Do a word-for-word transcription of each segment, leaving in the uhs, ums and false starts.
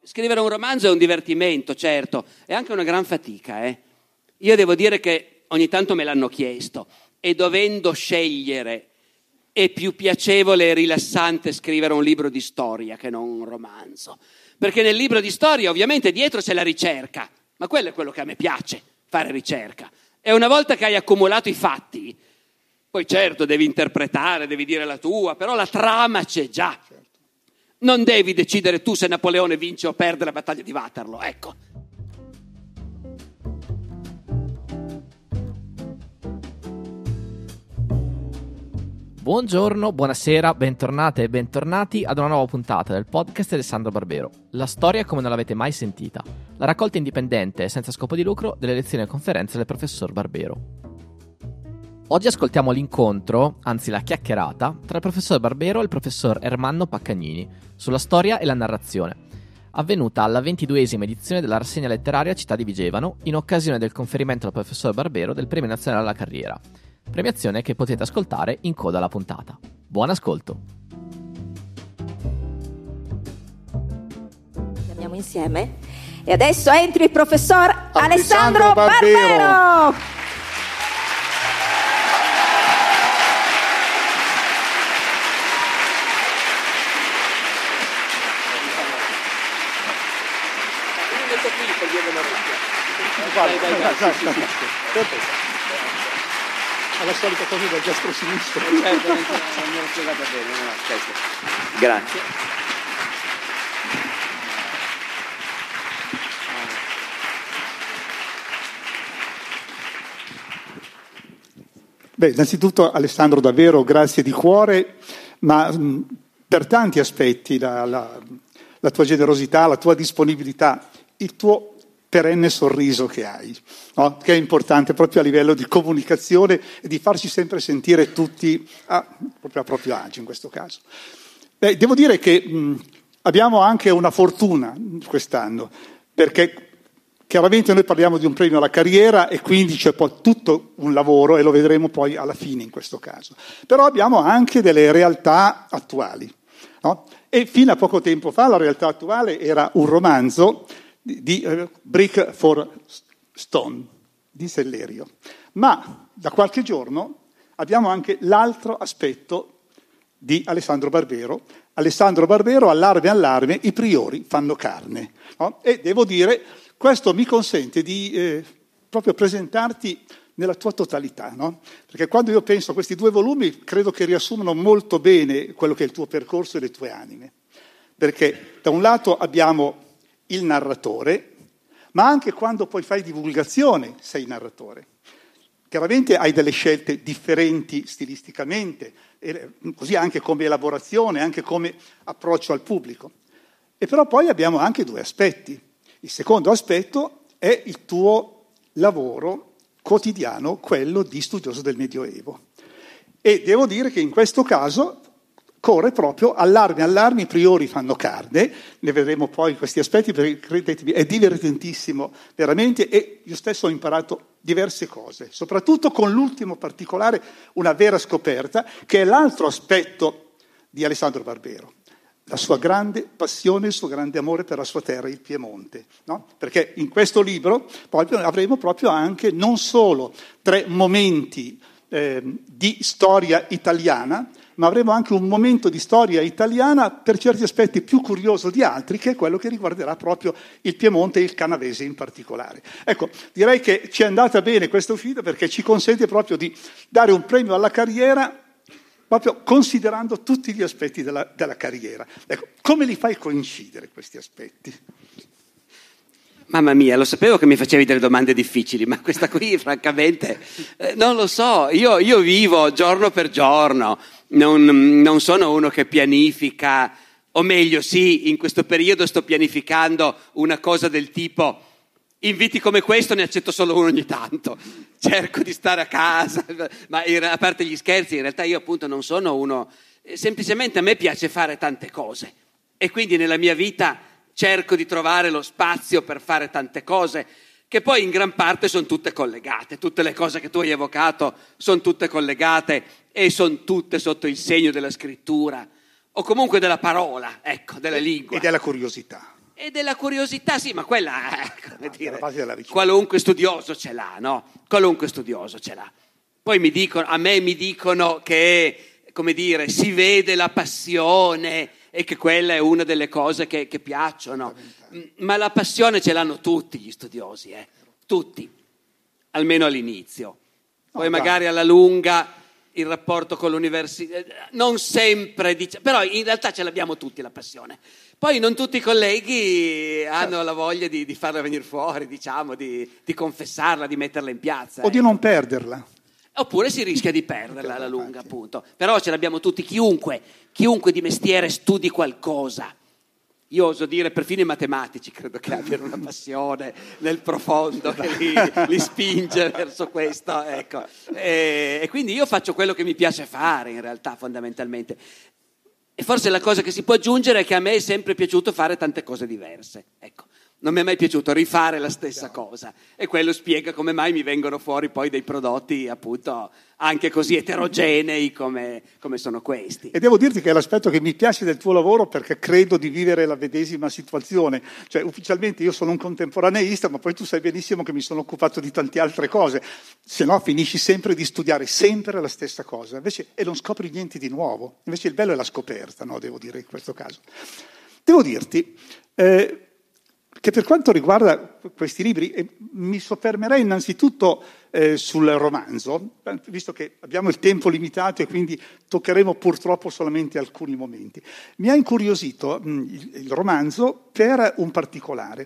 scrivere un romanzo è un divertimento, certo, è anche una gran fatica, eh. Io devo dire che ogni tanto me l'hanno chiesto e dovendo scegliere è più piacevole e rilassante scrivere un libro di storia che non un romanzo, perché nel libro di storia ovviamente dietro c'è la ricerca, ma quello è quello che a me piace, fare ricerca. E una volta che hai accumulato i fatti, poi certo devi interpretare, devi dire la tua, però la trama c'è già. Non devi decidere tu se Napoleone vince o perde la battaglia di Waterloo, ecco. Buongiorno, buonasera, bentornate e bentornati ad una nuova puntata del podcast di Alessandro Barbero. La storia come non l'avete mai sentita. La raccolta indipendente e senza scopo di lucro delle lezioni e conferenze del professor Barbero. Oggi ascoltiamo l'incontro, anzi la chiacchierata, tra il professor Barbero e il professor Ermanno Paccagnini sulla storia e la narrazione, avvenuta alla ventiduesima edizione della rassegna letteraria Città di Vigevano in occasione del conferimento al professor Barbero del Premio Nazionale alla Carriera. Premiazione che potete ascoltare in coda alla puntata. Buon ascolto. Andiamo insieme. E adesso entri il professor Alessandro, Alessandro Barbero. Barbero. Vai, vai, vai, vai, sì, sì, sì. Alla solita cosa del destro sinistro. Certo, non me l'ho spiegata bene, no, questo. Grazie. Beh, innanzitutto Alessandro davvero grazie di cuore, ma mh, per tanti aspetti la, la, la tua generosità, la tua disponibilità, il tuo perenne sorriso che hai, no? Che è importante proprio a livello di comunicazione e di farci sempre sentire tutti a, proprio a proprio agio in questo caso. Beh, devo dire che mh, abbiamo anche una fortuna quest'anno, perché chiaramente noi parliamo di un premio alla carriera e quindi c'è poi tutto un lavoro e lo vedremo poi alla fine in questo caso. Però abbiamo anche delle realtà attuali, no? E fino a poco tempo fa la realtà attuale era un romanzo di, di uh, Brick for Stone di Sellerio, ma da qualche giorno abbiamo anche l'altro aspetto di Alessandro Barbero. Alessandro Barbero, allarme allarme, i priori fanno carne, no? E devo dire, questo mi consente di eh, proprio presentarti nella tua totalità, no? Perché quando io penso a questi due volumi credo che riassumano molto bene quello che è il tuo percorso e le tue anime, perché da un lato abbiamo il narratore, ma anche quando poi fai divulgazione sei narratore. Chiaramente hai delle scelte differenti stilisticamente, e così anche come elaborazione, anche come approccio al pubblico. E però poi abbiamo anche due aspetti. Il secondo aspetto è il tuo lavoro quotidiano, quello di studioso del Medioevo. E devo dire che in questo caso corre proprio allarme, allarmi, i priori fanno carne, ne vedremo poi questi aspetti perché credetemi è divertentissimo veramente e io stesso ho imparato diverse cose, soprattutto con l'ultimo particolare una vera scoperta che è l'altro aspetto di Alessandro Barbero, la sua grande passione, il suo grande amore per la sua terra, il Piemonte, no? Perché in questo libro poi avremo proprio anche non solo tre momenti eh, di storia italiana, ma avremo anche un momento di storia italiana per certi aspetti più curioso di altri, che è quello che riguarderà proprio il Piemonte e il Canavese in particolare. Ecco, direi che ci è andata bene questa uscita perché ci consente proprio di dare un premio alla carriera proprio considerando tutti gli aspetti della, della carriera. Ecco, come li fai coincidere questi aspetti? Mamma mia, lo sapevo che mi facevi delle domande difficili, ma questa qui francamente eh, non lo so, io, io vivo giorno per giorno, non, non sono uno che pianifica, o meglio sì, in questo periodo sto pianificando una cosa del tipo inviti come questo ne accetto solo uno ogni tanto, cerco di stare a casa, ma in, a parte gli scherzi in realtà io appunto non sono uno, semplicemente a me piace fare tante cose e quindi nella mia vita cerco di trovare lo spazio per fare tante cose che poi in gran parte sono tutte collegate, tutte le cose che tu hai evocato sono tutte collegate e sono tutte sotto il segno della scrittura o comunque della parola, ecco, della lingua. E della curiosità. e della curiosità, sì, ma quella, come ah, dire, base della ricerca. Qualunque studioso ce l'ha, no? Qualunque studioso ce l'ha. Poi mi dicono, a me mi dicono che, come dire, si vede la passione e che quella è una delle cose che, che piacciono. Ma la passione ce l'hanno tutti gli studiosi, eh? Tutti, almeno all'inizio. Poi oh, magari alla lunga il rapporto con l'università, non sempre, dice, però in realtà ce l'abbiamo tutti la passione. Poi non tutti i colleghi hanno la voglia di, di farla venire fuori, diciamo, di, di confessarla, di metterla in piazza. O ecco. di non perderla. Oppure si rischia di perderla alla lunga, appunto. Però ce l'abbiamo tutti, chiunque, chiunque di mestiere studi qualcosa. Io oso dire, perfino i matematici credo che abbiano una passione nel profondo che li, li spinge verso questo, ecco. E, e quindi io faccio quello che mi piace fare, in realtà, fondamentalmente. E forse la cosa che si può aggiungere è che a me è sempre piaciuto fare tante cose diverse, ecco. Non mi è mai piaciuto rifare la stessa cosa e quello spiega come mai mi vengono fuori poi dei prodotti appunto anche così eterogenei come, come sono questi. E devo dirti che è l'aspetto che mi piace del tuo lavoro perché credo di vivere la medesima situazione. Cioè ufficialmente io sono un contemporaneista, ma poi tu sai benissimo che mi sono occupato di tante altre cose, se no finisci sempre di studiare sempre la stessa cosa invece, e non scopri niente di nuovo. Invece il bello è la scoperta, no? Devo dire in questo caso. Devo dirti... Eh, che per quanto riguarda questi libri, eh, mi soffermerei innanzitutto eh, sul romanzo, visto che abbiamo il tempo limitato e quindi toccheremo purtroppo solamente alcuni momenti. Mi ha incuriosito mh, il, il romanzo per un particolare,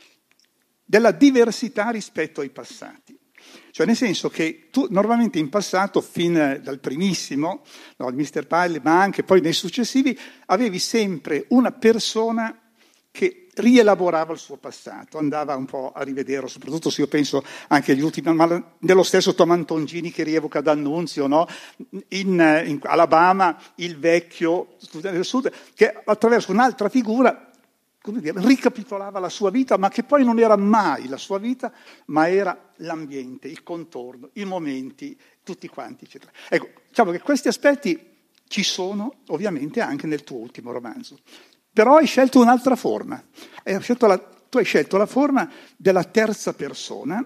della diversità rispetto ai passati. Cioè nel senso che tu normalmente in passato, fin dal primissimo, no, il mister Pyle, ma anche poi nei successivi, avevi sempre una persona che rielaborava il suo passato, andava un po' a rivederlo, soprattutto se io penso anche agli ultimi, ma nello stesso Tom Antongini che rievoca D'Annunzio, no? in, in Alabama il vecchio studente del Sud, che attraverso un'altra figura, come dire, ricapitolava la sua vita, ma che poi non era mai la sua vita, ma era l'ambiente, il contorno, i momenti, tutti quanti, eccetera. Ecco, diciamo che questi aspetti ci sono ovviamente anche nel tuo ultimo romanzo. Però hai scelto un'altra forma, hai scelto la, tu hai scelto la forma della terza persona,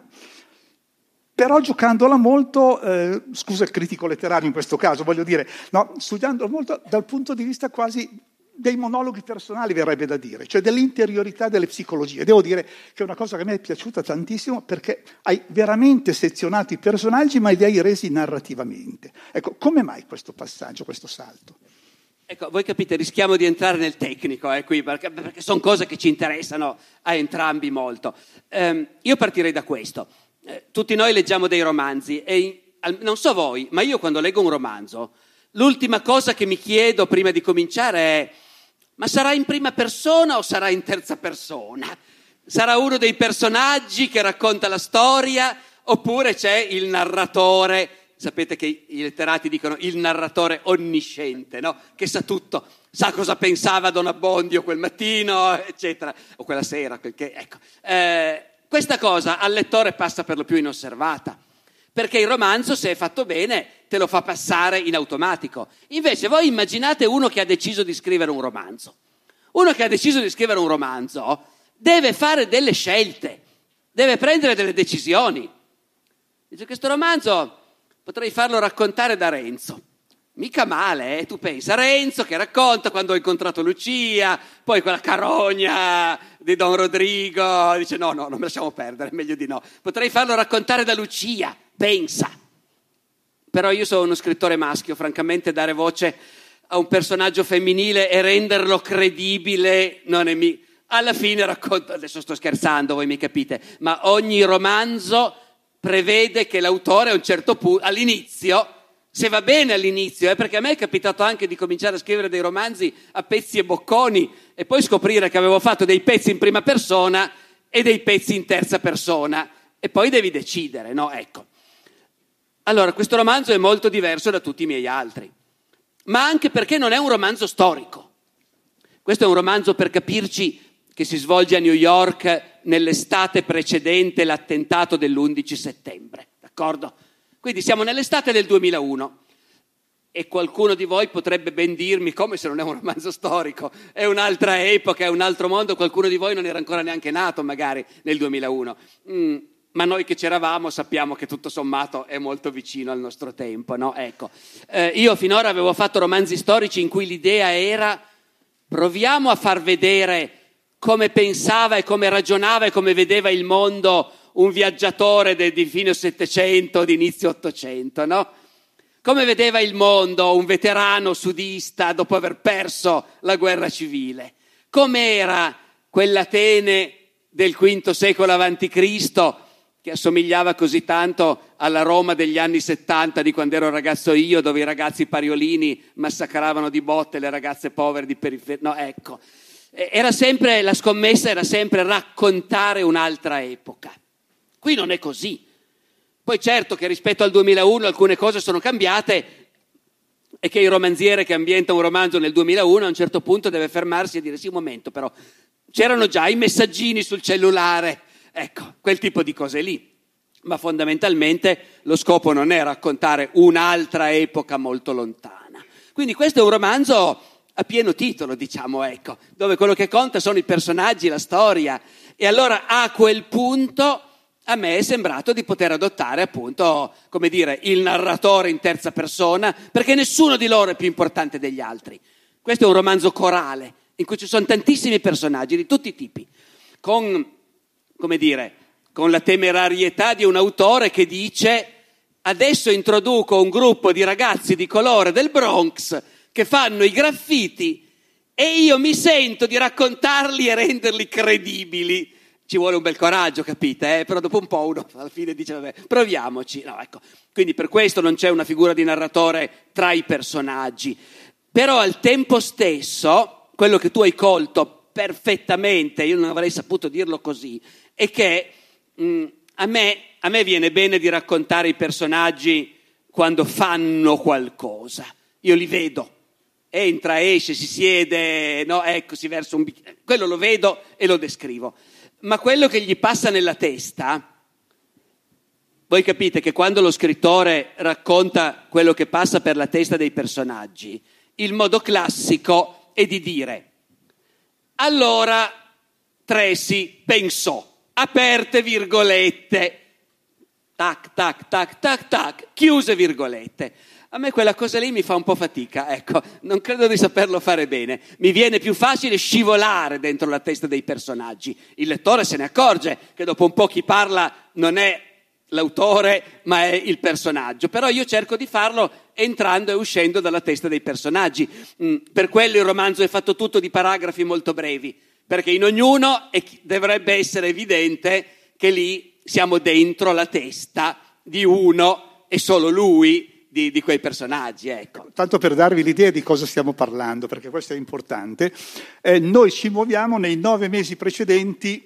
però giocandola molto, eh, scusa il critico letterario in questo caso, voglio dire, no, studiandola molto dal punto di vista quasi dei monologhi personali, verrebbe da dire, cioè dell'interiorità delle psicologie. Devo dire che è una cosa che a me è piaciuta tantissimo perché hai veramente sezionato i personaggi ma li hai resi narrativamente. Ecco, come mai questo passaggio, questo salto? Ecco, voi capite, rischiamo di entrare nel tecnico eh, qui, perché, perché sono cose che ci interessano a entrambi molto. Um, io partirei da questo. Eh, tutti noi leggiamo dei romanzi e in, al, non so voi, ma io quando leggo un romanzo, l'ultima cosa che mi chiedo prima di cominciare è: ma sarà in prima persona o sarà in terza persona? Sarà uno dei personaggi che racconta la storia oppure c'è il narratore? Sapete che i letterati dicono il narratore onnisciente, no? Che sa tutto, sa cosa pensava Don Abbondio quel mattino, eccetera, o quella sera, quel che, ecco. Eh, questa cosa al lettore passa per lo più inosservata, perché il romanzo, se è fatto bene, te lo fa passare in automatico. Invece voi immaginate uno che ha deciso di scrivere un romanzo. Uno che ha deciso di scrivere un romanzo deve fare delle scelte, deve prendere delle decisioni. Dice: questo romanzo potrei farlo raccontare da Renzo. Mica male, eh? Tu pensa, Renzo che racconta quando ho incontrato Lucia, poi quella carogna di Don Rodrigo, dice no, no, non me lasciamo perdere, meglio di no. Potrei farlo raccontare da Lucia, pensa. Però io sono uno scrittore maschio, francamente dare voce a un personaggio femminile e renderlo credibile non è mi... Alla fine racconto, adesso sto scherzando, voi mi capite, ma ogni romanzo prevede che l'autore a un certo punto, all'inizio, se va bene all'inizio, eh, perché a me è capitato anche di cominciare a scrivere dei romanzi a pezzi e bocconi e poi scoprire che avevo fatto dei pezzi in prima persona e dei pezzi in terza persona e poi devi decidere, no? Ecco. Allora, questo romanzo è molto diverso da tutti i miei altri, ma anche perché non è un romanzo storico. Questo è un romanzo, per capirci, che si svolge a New York nell'estate precedente l'attentato dell'undici settembre, d'accordo? Quindi siamo nell'estate del duemilauno. e qualcuno di voi potrebbe ben dirmi, come se non è un romanzo storico, è un'altra epoca, è un altro mondo, qualcuno di voi non era ancora neanche nato magari nel duemilauno. Mm, ma noi che c'eravamo sappiamo che tutto sommato è molto vicino al nostro tempo, no? Ecco, eh, io finora avevo fatto romanzi storici in cui l'idea era proviamo a far vedere come pensava e come ragionava e come vedeva il mondo un viaggiatore de, di fine Settecento, di inizio Ottocento, no? Come vedeva il mondo un veterano sudista dopo aver perso la guerra civile? Com'era quell'Atene del quinto secolo avanti Cristo che assomigliava così tanto alla Roma degli anni settanta, di quando ero ragazzo io, dove i ragazzi pariolini massacravano di botte le ragazze povere di periferia? No, ecco. Era sempre, la scommessa era sempre raccontare un'altra epoca. Qui non è così. Poi certo che rispetto al duemilauno alcune cose sono cambiate e che il romanziere che ambienta un romanzo nel duemilauno a un certo punto deve fermarsi e dire sì, un momento, però c'erano già i messaggini sul cellulare, ecco, quel tipo di cose lì. Ma fondamentalmente lo scopo non è raccontare un'altra epoca molto lontana. Quindi questo è un romanzo a pieno titolo, diciamo, ecco, dove quello che conta sono i personaggi, la storia. E allora a quel punto a me è sembrato di poter adottare appunto, come dire, il narratore in terza persona, perché nessuno di loro è più importante degli altri. Questo è un romanzo corale, in cui ci sono tantissimi personaggi di tutti i tipi, con, come dire, con la temerarietà di un autore che dice adesso introduco un gruppo di ragazzi di colore del Bronx che fanno i graffiti e io mi sento di raccontarli e renderli credibili. Ci vuole un bel coraggio, capite? Eh? Però dopo un po' uno alla fine dice vabbè, proviamoci. No, ecco. Quindi per questo non c'è una figura di narratore tra i personaggi. Però al tempo stesso, quello che tu hai colto perfettamente, io non avrei saputo dirlo così, è che mh, a me, a me viene bene di raccontare i personaggi quando fanno qualcosa. Io li vedo. Entra, esce, si siede, no, ecco, si versa un bicchiere. Quello lo vedo e lo descrivo. Ma quello che gli passa nella testa, voi capite che quando lo scrittore racconta quello che passa per la testa dei personaggi, il modo classico è di dire allora Tracy pensò, aperte virgolette, tac, tac, tac, tac, tac, chiuse virgolette. A me quella cosa lì mi fa un po' fatica, ecco, non credo di saperlo fare bene. Mi viene più facile scivolare dentro la testa dei personaggi. Il lettore se ne accorge che dopo un po' chi parla non è l'autore, ma è il personaggio. Però io cerco di farlo entrando e uscendo dalla testa dei personaggi. Mm, per quello il romanzo è fatto tutto di paragrafi molto brevi, perché in ognuno è, dovrebbe essere evidente che lì siamo dentro la testa di uno e solo lui Di, di quei personaggi, ecco. Tanto per darvi l'idea di cosa stiamo parlando, perché questo è importante, eh, noi ci muoviamo nei nove mesi precedenti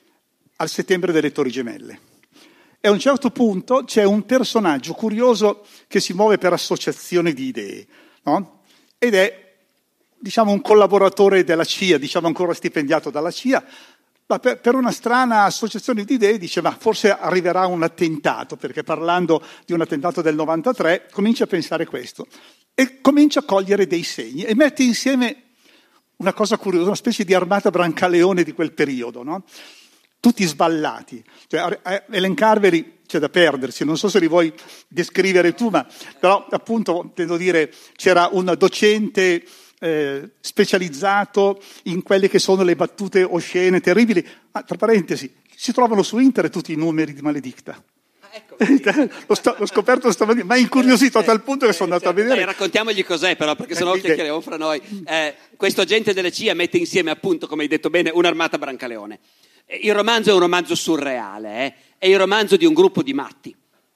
al settembre delle Torri Gemelle. E a un certo punto c'è un personaggio curioso che si muove per associazione di idee, no? Ed è, diciamo, un collaboratore della C I A, diciamo ancora stipendiato dalla C I A, ma per, per una strana associazione di idee dice ma forse arriverà un attentato, perché parlando di un attentato del novantatré comincia a pensare questo e comincia a cogliere dei segni e mette insieme una cosa curiosa, una specie di armata Brancaleone di quel periodo, no? Tutti sballati, cioè, elencarveli c'è da perdersi, non so se li vuoi descrivere tu, ma però appunto intendo dire c'era un docente Eh, specializzato in quelle che sono le battute oscene, terribili. Ah, tra parentesi, si trovano su internet tutti i numeri di Maledicta. Ah, ecco. l'ho, sto, l'ho scoperto stamattina, ma è incuriosito a tal punto che sono andato a vedere. Dai, raccontiamogli cos'è però, perché sennò chiacchieriamo fra noi. Eh, questo agente della C I A mette insieme, appunto, come hai detto bene, un'armata Brancaleone. Il romanzo è un romanzo surreale, eh? È il romanzo di un gruppo di matti.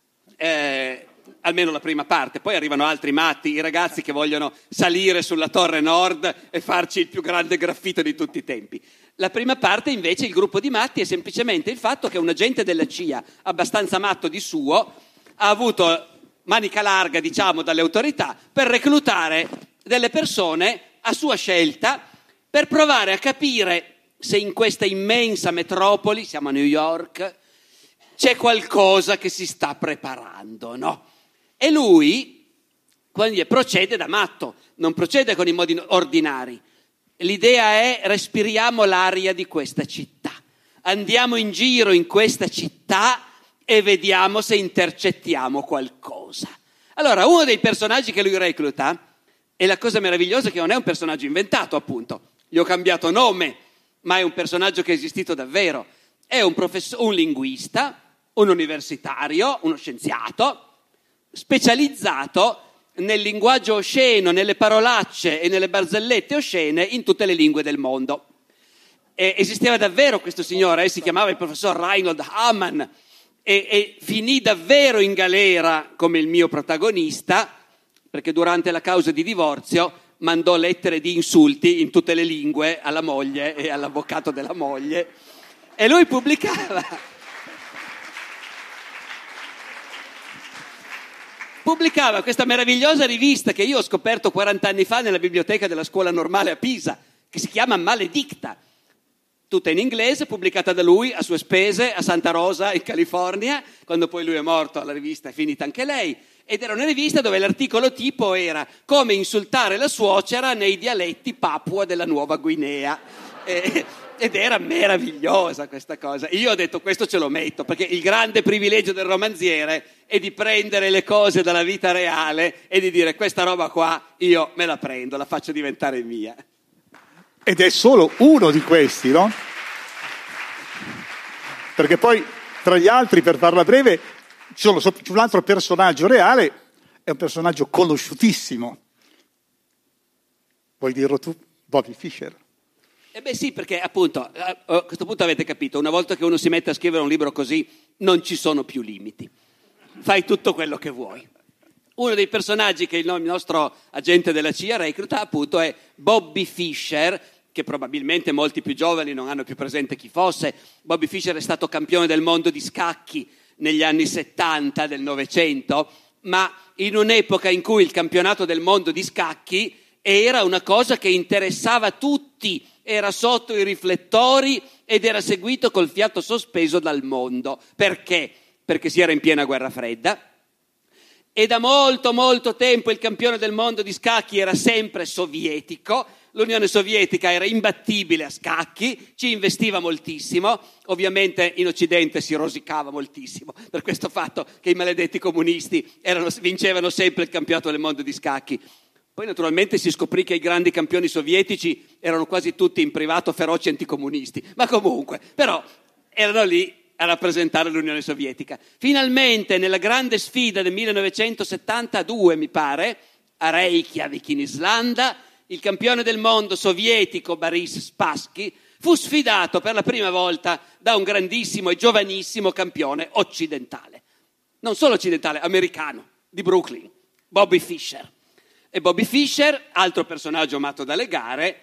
Eh, almeno la prima parte, poi arrivano altri matti, i ragazzi che vogliono salire sulla Torre Nord e farci il più grande graffito di tutti i tempi. La prima parte invece, il gruppo di matti, è semplicemente il fatto che un agente della C I A, abbastanza matto di suo, ha avuto manica larga, diciamo, dalle autorità per reclutare delle persone a sua scelta per provare a capire se in questa immensa metropoli, siamo a New York, c'è qualcosa che si sta preparando, no? E lui, Quindi procede da matto, non procede con i modi ordinari. L'idea è: respiriamo l'aria di questa città, andiamo in giro in questa città e vediamo se intercettiamo qualcosa. Allora, uno dei personaggi che lui recluta, e la cosa meravigliosa è che non è un personaggio inventato, appunto, gli ho cambiato nome, ma è un personaggio che è esistito davvero. È un professore, un linguista, un universitario, uno scienziato, specializzato nel linguaggio osceno, nelle parolacce e nelle barzellette oscene in tutte le lingue del mondo. E esisteva davvero questo signore, eh, si chiamava il professor Reinhold Hamann, e, e finì davvero in galera come il mio protagonista, perché durante la causa di divorzio mandò lettere di insulti in tutte le lingue alla moglie e all'avvocato della moglie, e lui pubblicava pubblicava questa meravigliosa rivista che io ho scoperto quaranta anni fa nella biblioteca della scuola normale a Pisa, che si chiama Maledicta, tutta in inglese, pubblicata da lui a sue spese a Santa Rosa in California. Quando poi lui è morto, la rivista è finita anche lei, ed era una rivista dove l'articolo tipo era come insultare la suocera nei dialetti Papua della Nuova Guinea, e, ed era meravigliosa questa cosa. Io ho detto: questo ce lo metto, perché il grande privilegio del romanziere è di prendere le cose dalla vita reale e di dire: questa roba qua io me la prendo, la faccio diventare mia. Ed è solo uno di questi, no? Perché poi, tra gli altri, per farla breve, c'è un altro personaggio reale, è un personaggio conosciutissimo. Vuoi dirlo tu? Bobby Fischer. Eh beh sì, perché appunto, a questo punto avete capito, una volta che uno si mette a scrivere un libro così, non ci sono più limiti. Fai tutto quello che vuoi. Uno dei personaggi che il nostro agente della C I A recluta, appunto, è Bobby Fischer, che probabilmente molti più giovani non hanno più presente chi fosse. Bobby Fischer è stato campione del mondo di scacchi negli anni settanta del Novecento, ma in un'epoca in cui il campionato del mondo di scacchi era una cosa che interessava tutti, era sotto i riflettori ed era seguito col fiato sospeso dal mondo. Perché? Perché si era in piena guerra fredda e da molto molto tempo il campione del mondo di scacchi era sempre sovietico. L'Unione Sovietica era imbattibile a scacchi, ci investiva moltissimo, ovviamente in Occidente si rosicava moltissimo per questo fatto che i maledetti comunisti erano, vincevano sempre il campionato del mondo di scacchi. Poi naturalmente si scoprì che i grandi campioni sovietici erano quasi tutti in privato feroci anticomunisti, ma comunque, però erano lì a rappresentare l'Unione Sovietica. Finalmente, nella grande sfida del millenovecentosettantadue, mi pare, a Reykjavik in Islanda, il campione del mondo sovietico Boris Spassky fu sfidato per la prima volta da un grandissimo e giovanissimo campione occidentale. Non solo occidentale, americano, di Brooklyn, Bobby Fischer. E Bobby Fischer, altro personaggio amato dalle gare,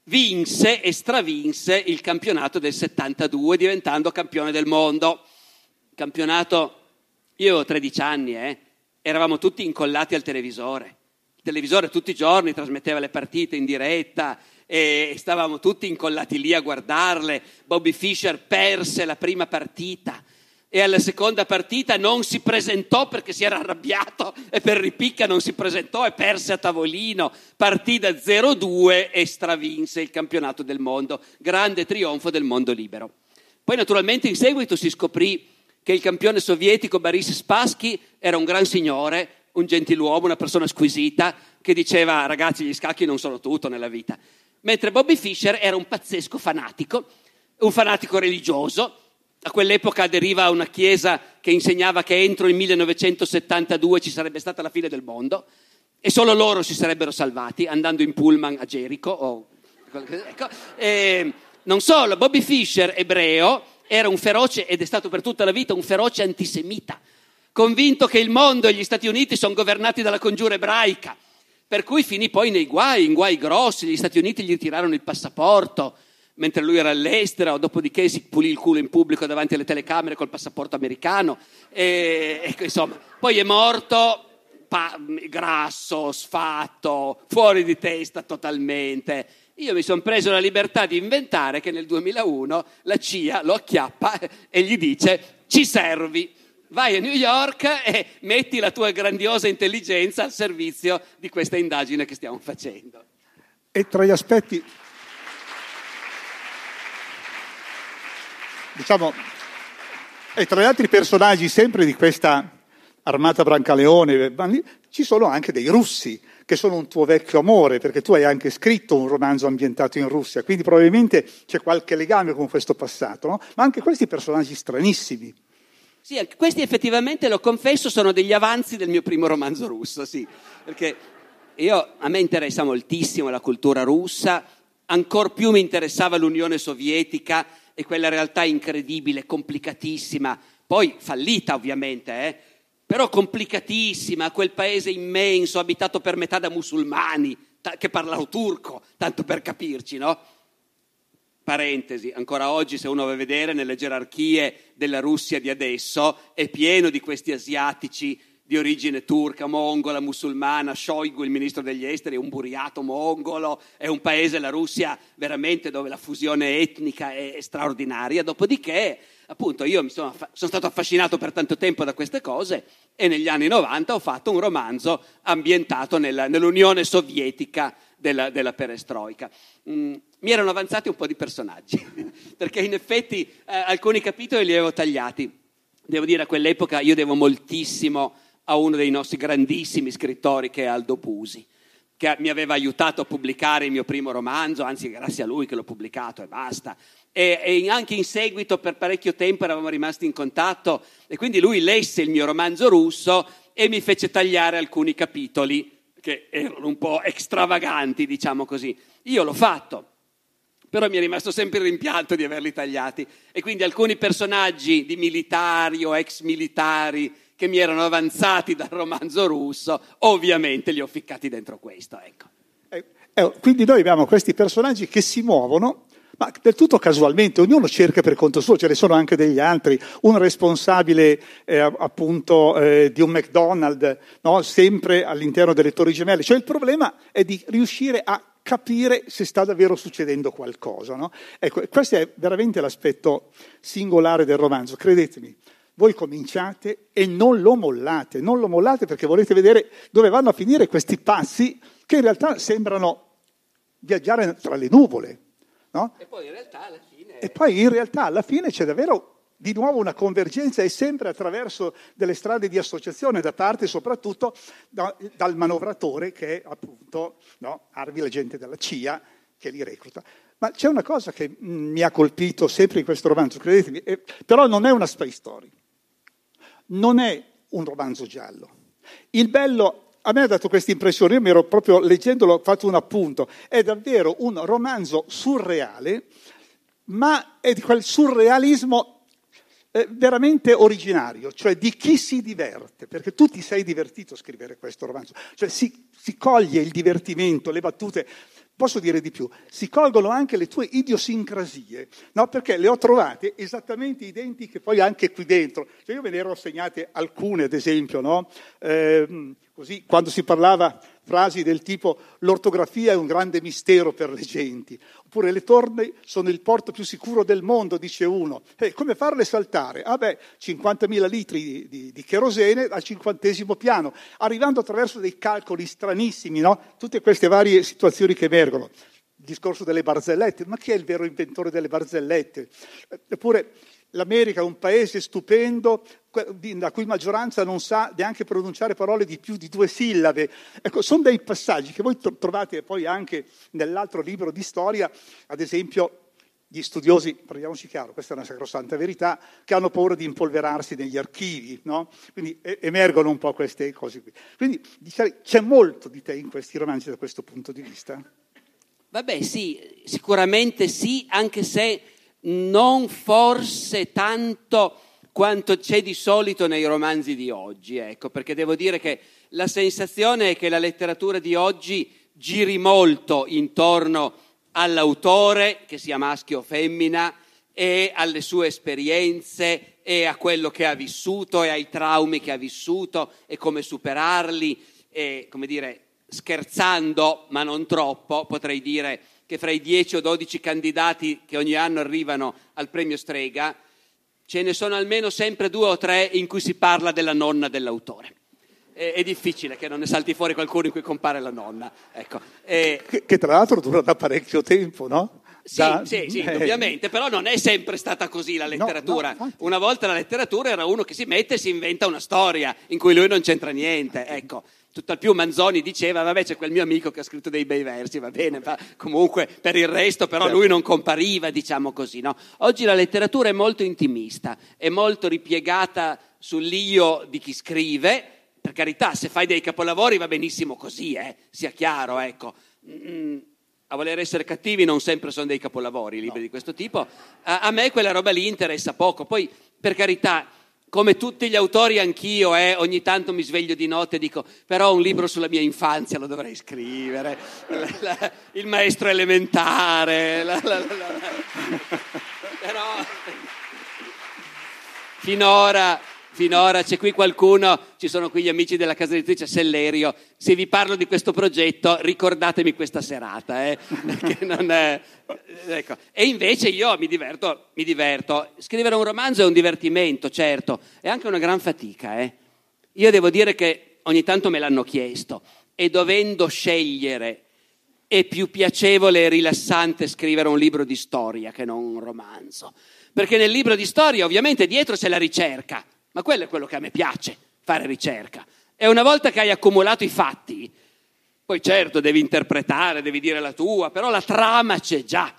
vinse e stravinse il campionato del settantadue diventando campione del mondo. Campionato, io avevo tredici anni, eh, eravamo tutti incollati al televisore. Il televisore tutti i giorni trasmetteva le partite in diretta e stavamo tutti incollati lì a guardarle. Bobby Fischer perse la prima partita e alla seconda partita non si presentò perché si era arrabbiato e per ripicca non si presentò e perse a tavolino. Partì da zero due e stravinse il campionato del mondo. Grande trionfo del mondo libero. Poi naturalmente in seguito si scoprì che il campione sovietico Boris Spassky era un gran signore, un gentiluomo, una persona squisita, che diceva: ragazzi, gli scacchi non sono tutto nella vita. Mentre Bobby Fischer era un pazzesco fanatico, un fanatico religioso. A quell'epoca aderiva a una chiesa che insegnava che entro il millenovecentosettantadue ci sarebbe stata la fine del mondo e solo loro si sarebbero salvati andando in pullman a Gerico. O... ecco. E non solo, Bobby Fischer, ebreo, era un feroce, ed è stato per tutta la vita, un feroce antisemita, convinto che il mondo e gli Stati Uniti sono governati dalla congiura ebraica, per cui finì poi nei guai, in guai grossi. Gli Stati Uniti gli ritirarono il passaporto mentre lui era all'estero, dopodiché si pulì il culo in pubblico davanti alle telecamere col passaporto americano e, e insomma, poi è morto pa- grasso, sfatto, fuori di testa totalmente. Io mi sono preso la libertà di inventare che nel duemilauno la C I A lo acchiappa e gli dice: ci servi. vai a New York e metti la tua grandiosa intelligenza al servizio di questa indagine che stiamo facendo. E tra gli aspetti, diciamo, e tra gli altri personaggi sempre di questa Armata Brancaleone, ci sono anche dei russi, che sono un tuo vecchio amore, perché tu hai anche scritto un romanzo ambientato in Russia, quindi probabilmente c'è qualche legame con questo passato, no? Ma anche questi personaggi stranissimi. Sì, anche questi effettivamente, lo confesso, sono degli avanzi del mio primo romanzo russo, sì, perché io, a me interessa moltissimo la cultura russa, ancor più mi interessava l'Unione Sovietica e quella realtà incredibile, complicatissima, poi fallita ovviamente, eh? Però complicatissima, quel paese immenso, abitato per metà da musulmani, ta- che parlano turco, tanto per capirci, no? Parentesi, ancora oggi se uno va a vedere nelle gerarchie della Russia di adesso, è pieno di questi asiatici di origine turca, mongola, musulmana. Shoigu, il ministro degli esteri, è un buriato mongolo, è un paese, la Russia, veramente dove la fusione etnica è, è straordinaria. Dopodiché, appunto, io mi sono, sono stato affascinato per tanto tempo da queste cose e negli anni novanta ho fatto un romanzo ambientato nella, nell'Unione Sovietica della, della perestroica. Mm, mi erano avanzati un po' di personaggi, perché in effetti eh, alcuni capitoli li avevo tagliati. Devo dire, a quell'epoca io devo moltissimo a uno dei nostri grandissimi scrittori, che è Aldo Pusi, che mi aveva aiutato a pubblicare il mio primo romanzo, anzi grazie a lui che l'ho pubblicato e basta. E, e anche in seguito per parecchio tempo eravamo rimasti in contatto e quindi lui lesse il mio romanzo russo e mi fece tagliare alcuni capitoli che erano un po' extravaganti, diciamo così. Io l'ho fatto, però mi è rimasto sempre il rimpianto di averli tagliati e quindi alcuni personaggi di militari o ex militari che mi erano avanzati dal romanzo russo, ovviamente li ho ficcati dentro questo, ecco. Eh, eh, quindi noi abbiamo questi personaggi che si muovono, ma del tutto casualmente, ognuno cerca per conto suo, ce ne sono anche degli altri, un responsabile eh, appunto eh, di un McDonald's, no? Sempre all'interno delle Torri Gemelle, cioè il problema è di riuscire a capire se sta davvero succedendo qualcosa, no? Ecco, questo è veramente l'aspetto singolare del romanzo, credetemi. Voi cominciate e non lo mollate, non lo mollate perché volete vedere dove vanno a finire questi pazzi che in realtà sembrano viaggiare tra le nuvole, no? E poi in realtà alla fine... E poi in realtà alla fine c'è davvero di nuovo una convergenza e sempre attraverso delle strade di associazione da parte soprattutto da, dal manovratore che è appunto, no, Harvey, l'agente della C I A, che li recluta. Ma c'è una cosa che mh, mi ha colpito sempre in questo romanzo, credetemi, eh, però non è una spy story. Non è un romanzo giallo. Il bello, a me ha dato questa impressione, io mi ero proprio leggendolo, ho fatto un appunto, è davvero un romanzo surreale, ma è di quel surrealismo eh, veramente originario, cioè di chi si diverte, perché tu ti sei divertito a scrivere questo romanzo, cioè si, si coglie il divertimento, le battute. Posso dire di più, si colgono anche le tue idiosincrasie, no? Perché le ho trovate esattamente identiche poi anche qui dentro. Cioè io me ne ero segnate alcune, ad esempio, no? Eh, così, quando si parlava frasi del tipo l'ortografia è un grande mistero per le genti, oppure le torri sono il porto più sicuro del mondo, dice uno. Eh, come farle saltare? Ah beh, cinquantamila litri di, di, di cherosene al cinquantesimo piano, arrivando attraverso dei calcoli stranissimi, no? Tutte queste varie situazioni che emergono. Il discorso delle barzellette, ma chi è il vero inventore delle barzellette? Eppure l'America è un paese stupendo, la cui maggioranza non sa neanche pronunciare parole di più di due sillabe. Ecco, sono dei passaggi che voi trovate poi anche nell'altro libro di storia, ad esempio gli studiosi, parliamoci chiaro, questa è una sacrosanta verità, che hanno paura di impolverarsi negli archivi, no? Quindi emergono un po' queste cose qui. Quindi diciamo, c'è molto di te in questi romanzi da questo punto di vista? Vabbè, sì, sicuramente sì, anche se non forse tanto quanto c'è di solito nei romanzi di oggi, ecco, perché devo dire che la sensazione è che la letteratura di oggi giri molto intorno all'autore, che sia maschio o femmina, e alle sue esperienze e a quello che ha vissuto e ai traumi che ha vissuto e come superarli e, come dire, scherzando ma non troppo, potrei dire che fra i dieci o dodici candidati che ogni anno arrivano al premio Strega ce ne sono almeno sempre due o tre in cui si parla della nonna dell'autore. È, è difficile che non ne salti fuori qualcuno in cui compare la nonna. Ecco. E... Che, che tra l'altro dura da parecchio tempo, no? Sì, da... sì, sì, eh... ovviamente, però non è sempre stata così la letteratura. No, no, una volta la letteratura era uno che si mette e si inventa una storia in cui lui non c'entra niente, ecco. Tutt'al più Manzoni diceva, vabbè, c'è quel mio amico che ha scritto dei bei versi, va bene, ma comunque per il resto però certo. Lui non compariva, diciamo così, no? Oggi la letteratura è molto intimista, è molto ripiegata sull'io di chi scrive, per carità, se fai dei capolavori va benissimo così, eh, sia chiaro, ecco. Mm, a voler essere cattivi non sempre sono dei capolavori, libri no. di questo tipo. A, a me quella roba lì interessa poco, poi per carità... Come tutti gli autori anch'io, eh, ogni tanto mi sveglio di notte e dico però un libro sulla mia infanzia lo dovrei scrivere, la, la, il maestro elementare, la, la, la, la. Però finora, finora c'è qui qualcuno, ci sono qui gli amici della casa editrice Sellerio, se vi parlo di questo progetto ricordatemi questa serata, eh, che non è... Ecco. E invece io mi diverto, mi diverto. Scrivere un romanzo è un divertimento, certo, è anche una gran fatica. Eh. Io devo dire che ogni tanto me l'hanno chiesto e dovendo scegliere è più piacevole e rilassante scrivere un libro di storia che non un romanzo. Perché nel libro di storia ovviamente dietro c'è la ricerca, ma quello è quello che a me piace, fare ricerca. E una volta che hai accumulato i fatti... Poi certo devi interpretare, devi dire la tua, però la trama c'è già.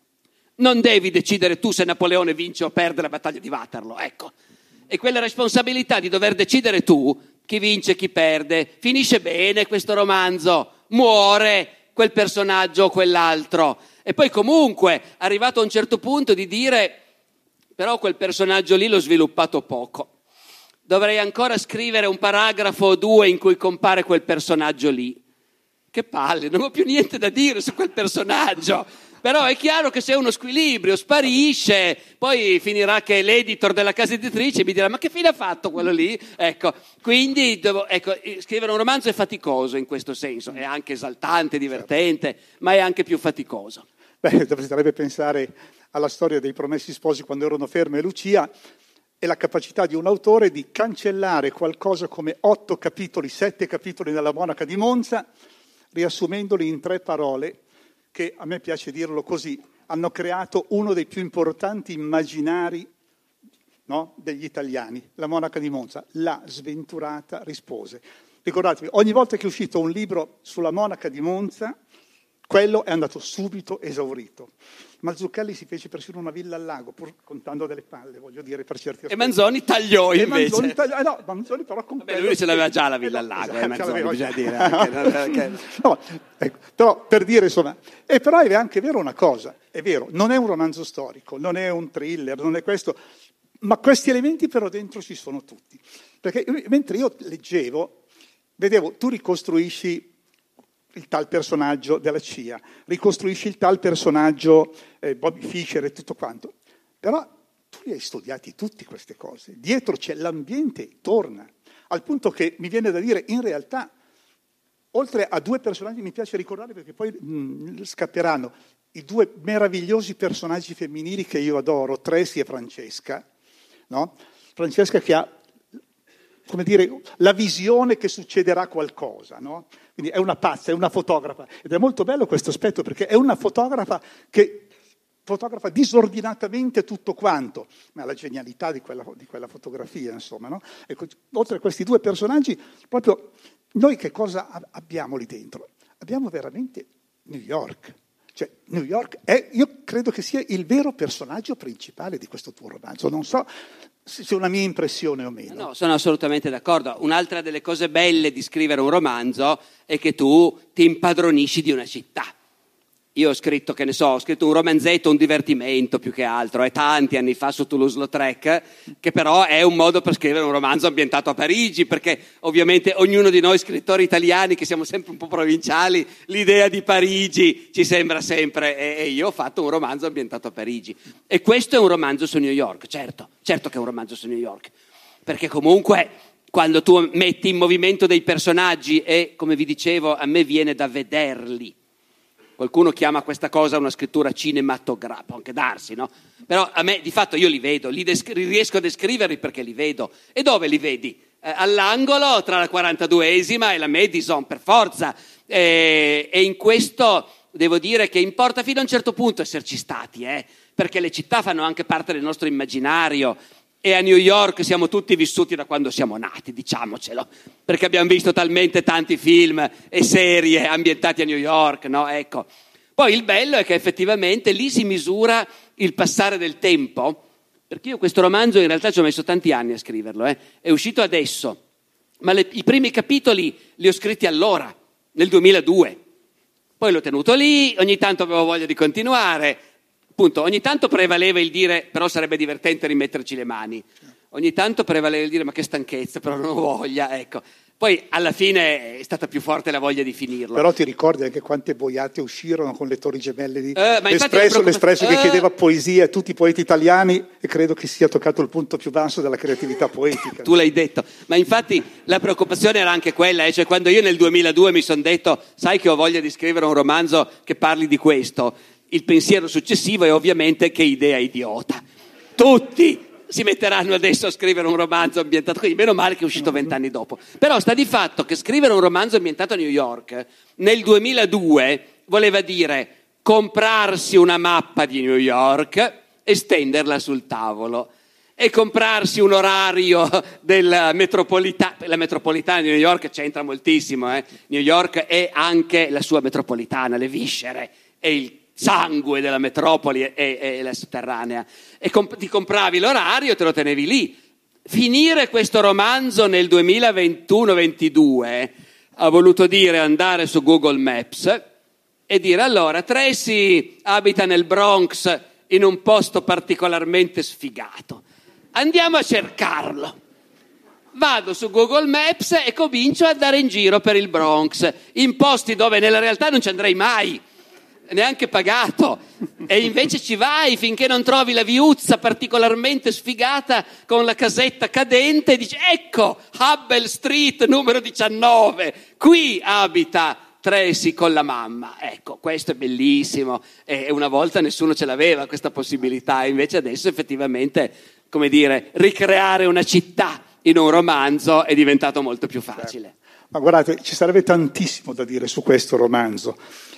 Non devi decidere tu se Napoleone vince o perde la battaglia di Waterloo, ecco. E quella responsabilità di dover decidere tu chi vince e chi perde, finisce bene questo romanzo, muore quel personaggio o quell'altro. E poi comunque, arrivato a un certo punto di dire, però quel personaggio lì l'ho sviluppato poco. Dovrei ancora scrivere un paragrafo o due in cui compare quel personaggio lì. Che palle, non ho più niente da dire su quel personaggio. Però è chiaro che se è uno squilibrio sparisce, poi finirà che l'editor della casa editrice mi dirà ma che fine ha fatto quello lì? Ecco, quindi devo, ecco, scrivere un romanzo è faticoso in questo senso, è anche esaltante, divertente, ma è anche più faticoso. Beh, bisognerebbe pensare alla storia dei Promessi Sposi quando erano Fermo e Lucia e la capacità di un autore di cancellare qualcosa come otto capitoli, sette capitoli della Monaca di Monza, riassumendoli in tre parole che, a me piace dirlo così, hanno creato uno dei più importanti immaginari, no, degli italiani, la Monaca di Monza. La sventurata rispose. Ricordatevi, ogni volta che è uscito un libro sulla Monaca di Monza, quello è andato subito esaurito. Mazzucchelli si fece persino una villa al lago, pur contando delle palle, voglio dire, per certi aspetti. E Manzoni tagliò invece. E Manzoni tagliò, eh no, Manzoni però con Vabbè, lui ce l'aveva già la villa eh no, al lago, esatto, eh, Manzoni, bisogna dire. Anche, no, ecco, però per dire, insomma, e però è anche vero una cosa, è vero, non è un romanzo storico, non è un thriller, non è questo, ma questi elementi però dentro ci sono tutti. Perché mentre io leggevo, vedevo, tu ricostruisci il tal personaggio della C I A, ricostruisci il tal personaggio eh, Bobby Fischer e tutto quanto. Però tu li hai studiati tutti queste cose. Dietro c'è l'ambiente, torna. Al punto che mi viene da dire, in realtà, oltre a due personaggi, mi piace ricordare perché poi mh, scapperanno, i due meravigliosi personaggi femminili che io adoro, Tracy e Francesca, no? Francesca che ha, come dire, la visione che succederà qualcosa, no? Quindi è una pazza, è una fotografa. Ed è molto bello questo aspetto perché è una fotografa che fotografa disordinatamente tutto quanto, ma la genialità di quella, di quella fotografia, insomma, no? Ecco, oltre a questi due personaggi, proprio noi che cosa abbiamo lì dentro? Abbiamo veramente New York. Cioè, New York è, io credo che sia il vero personaggio principale di questo tuo romanzo. Non so se è una mia impressione o meno. No, sono assolutamente d'accordo. Un'altra delle cose belle di scrivere un romanzo è che tu ti impadronisci di una città. Io ho scritto, che ne so, ho scritto un romanzetto, un divertimento più che altro, è tanti anni fa su Toulouse-Lautrec, che però è un modo per scrivere un romanzo ambientato a Parigi, perché ovviamente ognuno di noi scrittori italiani, che siamo sempre un po' provinciali, l'idea di Parigi ci sembra sempre, e io ho fatto un romanzo ambientato a Parigi. E questo è un romanzo su New York, certo, certo che è un romanzo su New York, perché comunque quando tu metti in movimento dei personaggi, e come vi dicevo, a me viene da vederli, Qualcuno chiama questa cosa una scrittura cinematografica, può anche darsi, no? Però a me, di fatto, io li vedo, li descri- riesco a descriverli perché li vedo. E dove li vedi? Eh, all'angolo tra la quarantaduesima e la Madison, per forza. Eh, e in questo devo dire che importa fino a un certo punto esserci stati, eh? Perché le città fanno anche parte del nostro immaginario. E a New York siamo tutti vissuti da quando siamo nati, diciamocelo, perché abbiamo visto talmente tanti film e serie ambientati a New York, no? Ecco. Poi il bello è che effettivamente lì si misura il passare del tempo, perché io questo romanzo in realtà ci ho messo tanti anni a scriverlo, eh? È uscito adesso, ma le, i primi capitoli li ho scritti allora, nel duemiladue, poi l'ho tenuto lì, ogni tanto avevo voglia di continuare. Appunto, ogni tanto prevaleva il dire però sarebbe divertente rimetterci le mani, ogni tanto prevaleva il dire ma che stanchezza, però non ho voglia, ecco. Poi alla fine è stata più forte la voglia di finirlo. Però ti ricordi anche quante boiate uscirono con le Torri Gemelle di eh, L'Espresso, preoccupa... l'Espresso che eh... chiedeva poesia a tutti i poeti italiani, e credo che sia toccato il punto più basso della creatività poetica. Tu l'hai detto, ma infatti la preoccupazione era anche quella, eh? Cioè quando io nel duemiladue mi sono detto sai che ho voglia di scrivere un romanzo che parli di questo, il pensiero successivo è ovviamente che idea idiota. Tutti si metteranno adesso a scrivere un romanzo ambientato qui, meno male che è uscito vent'anni dopo. Però sta di fatto che scrivere un romanzo ambientato a New York nel duemiladue voleva dire comprarsi una mappa di New York e stenderla sul tavolo e comprarsi un orario della metropolitana. La metropolitana di New York c'entra moltissimo, eh? New York è anche la sua metropolitana, le viscere e il sangue della metropoli e, e, e la sotterranea, e comp- ti compravi l'orario e te lo tenevi lì. Finire questo romanzo nel duemilaventuno ventidue ha voluto dire andare su Google Maps e dire allora Tracy abita nel Bronx in un posto particolarmente sfigato, andiamo a cercarlo. Vado su Google Maps e comincio a andare in giro per il Bronx, in posti dove nella realtà non ci andrei mai, neanche pagato, e invece ci vai finché non trovi la viuzza particolarmente sfigata con la casetta cadente e dici ecco Hubble Street numero diciannove, qui abita Tracy con la mamma. Ecco, questo è bellissimo, e una volta nessuno ce l'aveva questa possibilità, invece adesso effettivamente, come dire, ricreare una città in un romanzo è diventato molto più facile. Ma guardate, ci sarebbe tantissimo da dire su questo romanzo.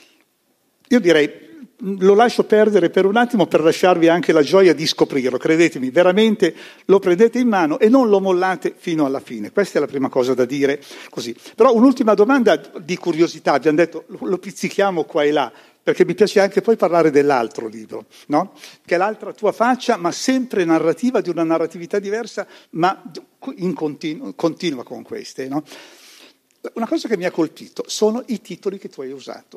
Io direi, lo lascio perdere per un attimo per lasciarvi anche la gioia di scoprirlo. Credetemi, veramente lo prendete in mano e non lo mollate fino alla fine. Questa è la prima cosa da dire così. Però un'ultima domanda di curiosità, abbiamo detto, lo pizzichiamo qua e là, perché mi piace anche poi parlare dell'altro libro, no? Che è l'altra tua faccia, ma sempre narrativa, di una narratività diversa, ma in continu- continua con queste, no? Una cosa che mi ha colpito sono i titoli che tu hai usato.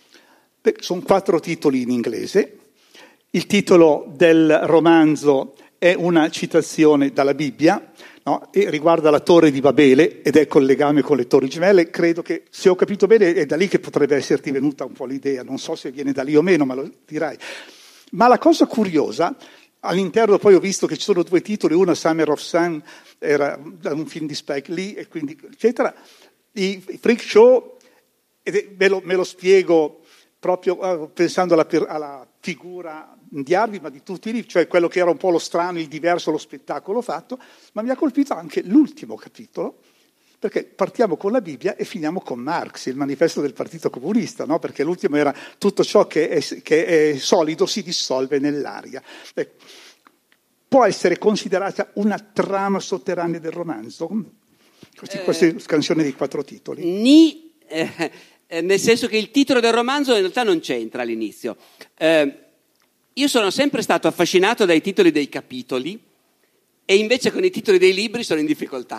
Sono quattro titoli in inglese. Il titolo del romanzo è una citazione dalla Bibbia, no? E riguarda la Torre di Babele ed è col legame con le Torri Gemelle. Credo che, se ho capito bene, è da lì che potrebbe esserti venuta un po' l'idea. Non so se viene da lì o meno, ma lo dirai. Ma la cosa curiosa, all'interno poi ho visto che ci sono due titoli, uno Summer of Sun, era un film di Spike Lee, e quindi eccetera. I Freak Show, ed me lo, me lo spiego proprio pensando alla, alla figura di Harvey, ma di tutti lì, cioè quello che era un po' lo strano, il diverso, lo spettacolo fatto, ma mi ha colpito anche l'ultimo capitolo, perché partiamo con la Bibbia e finiamo con Marx, il manifesto del Partito Comunista, no? Perché l'ultimo era tutto ciò che è, che è solido si dissolve nell'aria. Ecco. Può essere considerata una trama sotterranea del romanzo? Questi, eh, queste scansioni dei quattro titoli? Ni... Eh. Nel senso che il titolo del romanzo in realtà non c'entra all'inizio. Eh, io sono sempre stato affascinato dai titoli dei capitoli e invece con i titoli dei libri sono in difficoltà.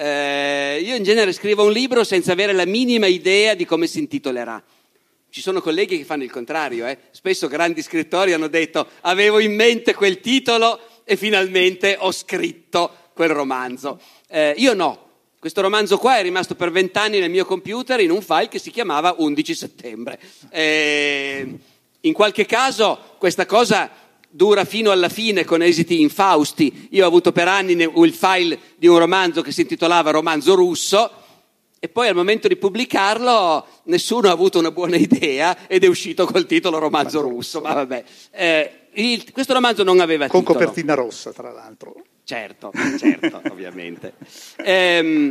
Eh, io in genere scrivo un libro senza avere la minima idea di come si intitolerà. Ci sono colleghi che fanno il contrario, eh? Spesso grandi scrittori hanno detto avevo in mente quel titolo e finalmente ho scritto quel romanzo. Eh, io no. Questo romanzo qua è rimasto per vent'anni nel mio computer in un file che si chiamava undici settembre. E in qualche caso questa cosa dura fino alla fine con esiti infausti. Io ho avuto per anni il file di un romanzo che si intitolava Romanzo russo E poi al momento di pubblicarlo nessuno ha avuto una buona idea ed è uscito col titolo Romanzo russo, ma vabbè. Eh, il, questo romanzo non aveva con titolo. Con copertina rossa, tra l'altro. Certo, certo, ovviamente. Ehm,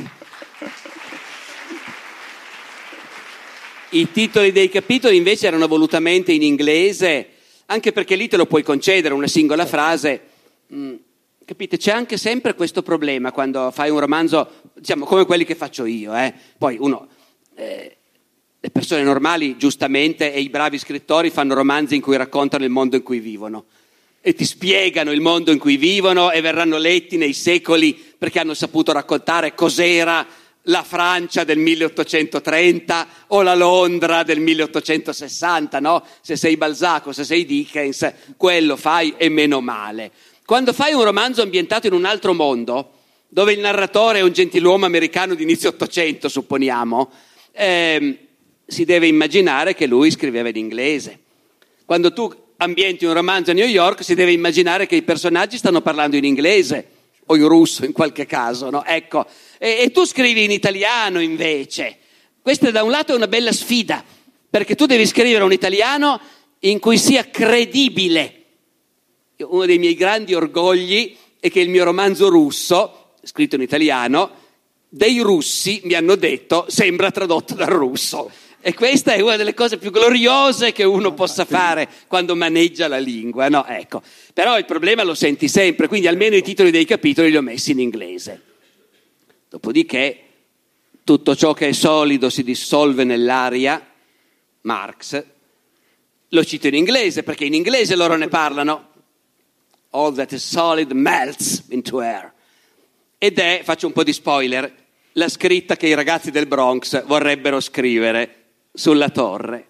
I titoli dei capitoli invece erano volutamente in inglese, anche perché lì te lo puoi concedere, una singola frase. Mm, capite? C'è anche sempre questo problema quando fai un romanzo, diciamo, come quelli che faccio io. Eh? Poi uno, eh, le persone normali, giustamente, e i bravi scrittori fanno romanzi in cui raccontano il mondo in cui vivono. E ti spiegano il mondo in cui vivono e verranno letti nei secoli perché hanno saputo raccontare cos'era la Francia del milleottocentotrenta o la Londra del milleottocentosessanta, no? Se sei Balzac o se sei Dickens, quello fai e meno male. Quando fai un romanzo ambientato in un altro mondo, dove il narratore è un gentiluomo americano di inizio Ottocento, supponiamo, ehm, si deve immaginare che lui scriveva in inglese. Quando tu ambienti un romanzo a New York, si deve immaginare che i personaggi stanno parlando in inglese o in russo in qualche caso, no? Ecco, e, e tu scrivi in italiano invece. Questa da un lato è una bella sfida, perché tu devi scrivere un italiano in cui sia credibile. Uno dei miei grandi orgogli è che il mio romanzo russo, scritto in italiano, dei russi mi hanno detto sembra tradotto dal russo. E questa è una delle cose più gloriose che uno possa fare quando maneggia la lingua, no? Ecco. Però il problema lo senti sempre, quindi almeno i titoli dei capitoli li ho messi in inglese. Dopodiché tutto ciò che è solido si dissolve nell'aria, Marx, lo cito in inglese perché in inglese loro ne parlano. All that is solid melts into air. Ed è, faccio un po' di spoiler, la scritta che i ragazzi del Bronx vorrebbero scrivere sulla torre,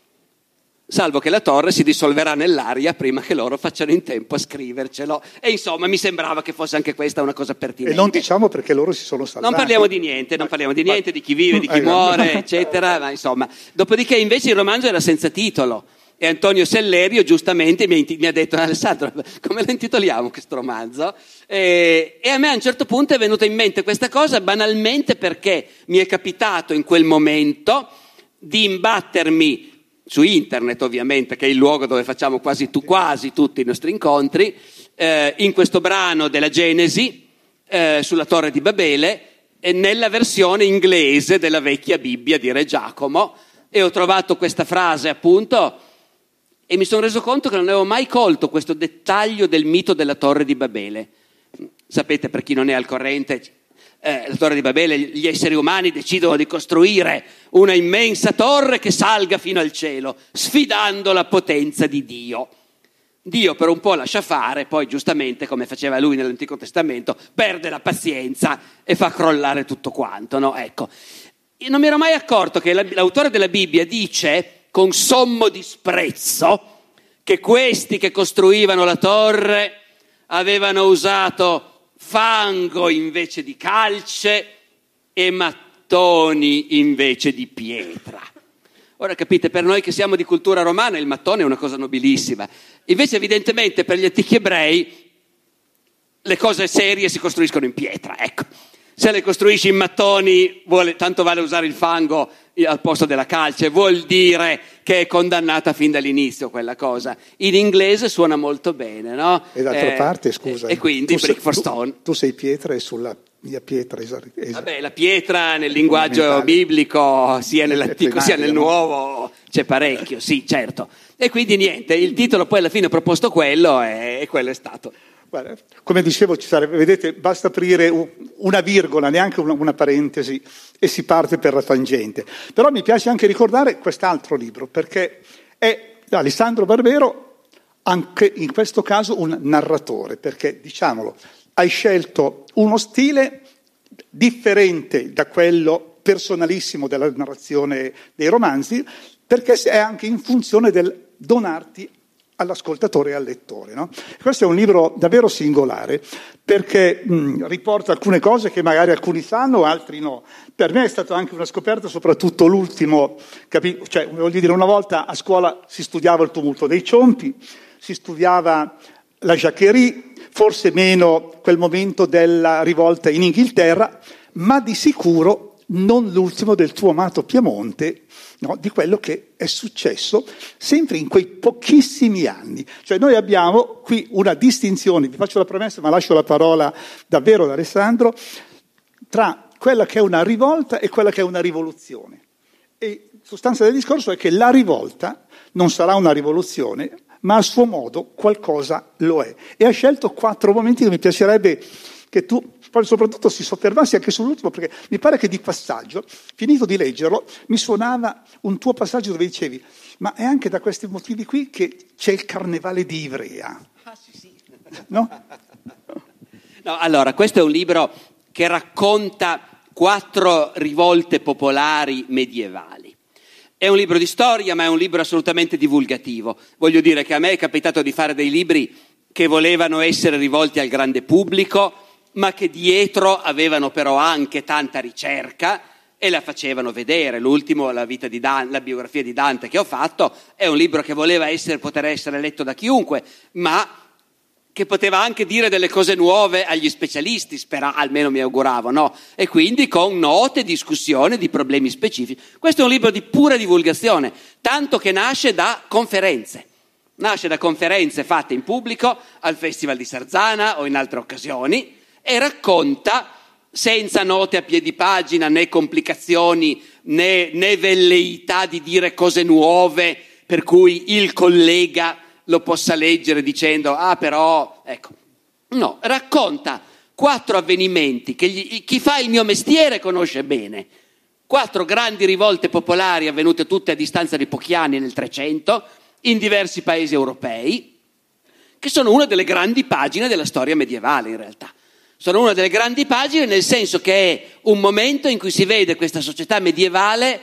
salvo che la torre si dissolverà nell'aria prima che loro facciano in tempo a scrivercelo. E insomma mi sembrava che fosse anche questa una cosa pertinente. E non diciamo perché loro si sono salvati. Non parliamo di niente, non parliamo di niente, di chi vive, di chi muore, eccetera, ma insomma. Dopodiché invece il romanzo era senza titolo. E Antonio Sellerio giustamente mi, mi ha detto: Alessandro, come lo intitoliamo questo romanzo? E, e a me a un certo punto è venuta in mente questa cosa banalmente perché mi è capitato in quel momento di imbattermi su internet, ovviamente, che è il luogo dove facciamo quasi, tu, quasi tutti i nostri incontri, eh, in questo brano della Genesi eh, sulla Torre di Babele, e nella versione inglese della vecchia Bibbia di Re Giacomo, e ho trovato questa frase appunto. E mi sono reso conto che non avevo mai colto questo dettaglio del mito della Torre di Babele. Sapete, per chi non è al corrente, eh, la Torre di Babele, gli esseri umani decidono di costruire una immensa torre che salga fino al cielo, sfidando la potenza di Dio. Dio per un po' lascia fare, poi giustamente, come faceva lui nell'Antico Testamento, perde la pazienza e fa crollare tutto quanto, no? Ecco. Io non mi ero mai accorto che l'autore della Bibbia dice con sommo disprezzo che questi che costruivano la torre avevano usato fango invece di calce e mattoni invece di pietra. Ora capite, per noi che siamo di cultura romana il mattone è una cosa nobilissima, invece evidentemente per gli antichi ebrei le cose serie si costruiscono in pietra, ecco. Se le costruisci in mattoni, vuole, tanto vale usare il fango al posto della calce, vuol dire che è condannata fin dall'inizio quella cosa. In inglese suona molto bene, no? E d'altra eh, parte, scusa, e, e quindi tu brick sei, for tu, stone. Tu sei pietra e sulla mia pietra esatto. Vabbè, la pietra nel linguaggio biblico, sia nell'antico sia nel nuovo, c'è parecchio, sì, certo. E quindi niente, il titolo poi alla fine ho proposto quello e, e quello è stato. Guarda, come dicevo, ci sarebbe, vedete, basta aprire una virgola, neanche una, una parentesi, e si parte per la tangente. Però mi piace anche ricordare quest'altro libro, perché è Alessandro Barbero, anche in questo caso un narratore, perché, diciamolo, hai scelto uno stile differente da quello personalissimo della narrazione dei romanzi, perché è anche in funzione del donarti all'ascoltatore e al lettore, no? Questo è un libro davvero singolare perché mh, riporta alcune cose che magari alcuni sanno, altri no. Per me è stata anche una scoperta, soprattutto l'ultimo, capi- cioè voglio dire, una volta a scuola si studiava il tumulto dei Ciompi, si studiava la Jacquerie, forse meno quel momento della rivolta in Inghilterra, ma di sicuro non l'ultimo del tuo amato Piemonte, no, di quello che è successo sempre in quei pochissimi anni. Cioè noi abbiamo qui una distinzione, vi faccio la premessa ma lascio la parola davvero ad Alessandro, tra quella che è una rivolta e quella che è una rivoluzione. E la sostanza del discorso è che la rivolta non sarà una rivoluzione, ma a suo modo qualcosa lo è. E ha scelto quattro momenti che mi piacerebbe che tu poi soprattutto si soffermassi anche sull'ultimo, perché mi pare che di passaggio, finito di leggerlo, mi suonava un tuo passaggio dove dicevi ma è anche da questi motivi qui che c'è il carnevale di Ivrea. Ah sì sì. No? No, allora, questo è un libro che racconta quattro rivolte popolari medievali. È un libro di storia, ma è un libro assolutamente divulgativo. Voglio dire che a me è capitato di fare dei libri che volevano essere rivolti al grande pubblico, ma che dietro avevano però anche tanta ricerca e la facevano vedere. L'ultimo, la, vita di Dan- la biografia di Dante che ho fatto, è un libro che voleva essere, poter essere letto da chiunque, ma che poteva anche dire delle cose nuove agli specialisti, spera, almeno mi auguravo, no? E quindi con note, discussione di problemi specifici. Questo è un libro di pura divulgazione, tanto che nasce da conferenze. Nasce da conferenze fatte in pubblico al Festival di Sarzana o in altre occasioni e racconta, senza note a piedi pagina, né complicazioni, né, né velleità di dire cose nuove, per cui il collega lo possa leggere dicendo ah però, ecco, no, racconta quattro avvenimenti che gli, chi fa il mio mestiere conosce bene, quattro grandi rivolte popolari avvenute tutte a distanza di pochi anni nel Trecento in diversi paesi europei, che sono una delle grandi pagine della storia medievale in realtà. Sono una delle grandi pagine nel senso che è un momento in cui si vede questa società medievale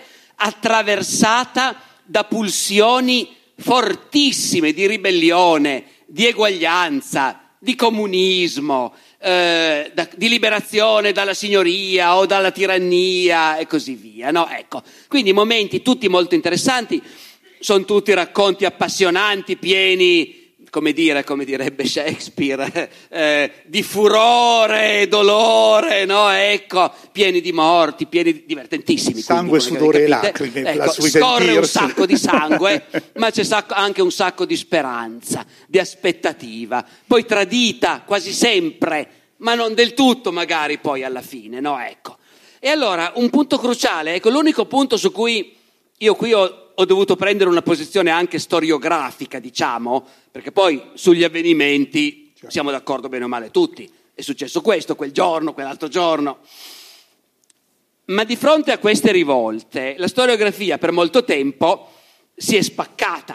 attraversata da pulsioni fortissime di ribellione, di eguaglianza, di comunismo, eh, da, di liberazione dalla signoria o dalla tirannia e così via, no? Ecco, quindi momenti tutti molto interessanti, sono tutti racconti appassionanti, pieni, come dire, come direbbe Shakespeare, eh, di furore, dolore, no? Ecco, pieni di morti, pieni di divertentissimi. Sangue, quindi, sudore e capite, lacrime. ecco, scorre un sacco di sangue, ma c'è sacco, anche un sacco di speranza, di aspettativa, poi tradita quasi sempre, ma non del tutto magari poi alla fine, no? Ecco. E allora, un punto cruciale, ecco, l'unico punto su cui io qui ho ho dovuto prendere una posizione anche storiografica, diciamo, perché poi sugli avvenimenti siamo d'accordo bene o male tutti. È successo questo, quel giorno, quell'altro giorno. Ma di fronte a queste rivolte, la storiografia per molto tempo si è spaccata.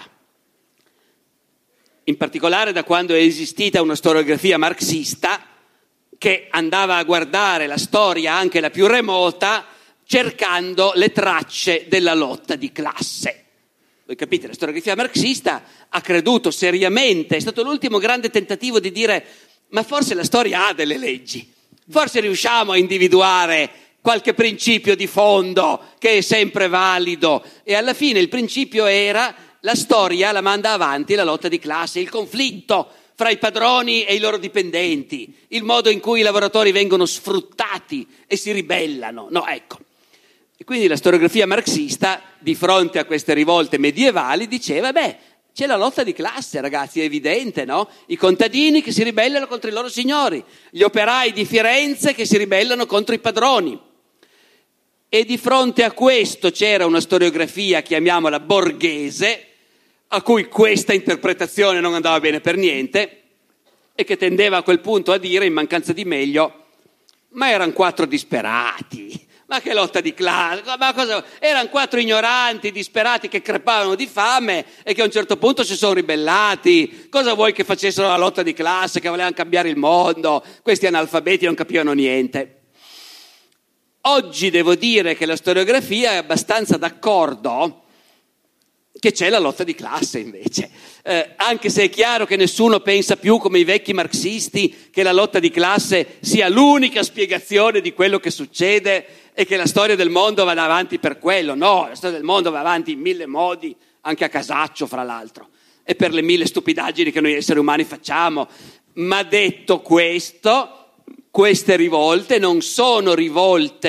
In particolare da quando è esistita una storiografia marxista che andava a guardare la storia, anche la più remota, cercando le tracce della lotta di classe. Voi capite, la storiografia marxista ha creduto seriamente, è stato l'ultimo grande tentativo di dire ma forse la storia ha delle leggi, forse riusciamo a individuare qualche principio di fondo che è sempre valido, e alla fine il principio era la storia la manda avanti la lotta di classe, il conflitto fra i padroni e i loro dipendenti, il modo in cui i lavoratori vengono sfruttati e si ribellano, no, ecco. E quindi la storiografia marxista, di fronte a queste rivolte medievali, diceva, beh, c'è la lotta di classe, ragazzi, è evidente, no? I contadini che si ribellano contro i loro signori, gli operai di Firenze che si ribellano contro i padroni. E di fronte a questo c'era una storiografia, chiamiamola borghese, a cui questa interpretazione non andava bene per niente e che tendeva a quel punto a dire, in mancanza di meglio, ma erano quattro disperati. Ma che lotta di classe, ma cosa? Erano quattro ignoranti, disperati che crepavano di fame e che a un certo punto si sono ribellati. Cosa vuoi che facessero la lotta di classe, che volevano cambiare il mondo? Questi analfabeti non capivano niente. Oggi devo dire che la storiografia è abbastanza d'accordo che c'è la lotta di classe invece, eh, anche se è chiaro che nessuno pensa più come i vecchi marxisti che la lotta di classe sia l'unica spiegazione di quello che succede e che la storia del mondo vada avanti per quello. No, la storia del mondo va avanti in mille modi, anche a casaccio fra l'altro, e per le mille stupidaggini che noi esseri umani facciamo. Ma detto questo, queste rivolte non sono rivolte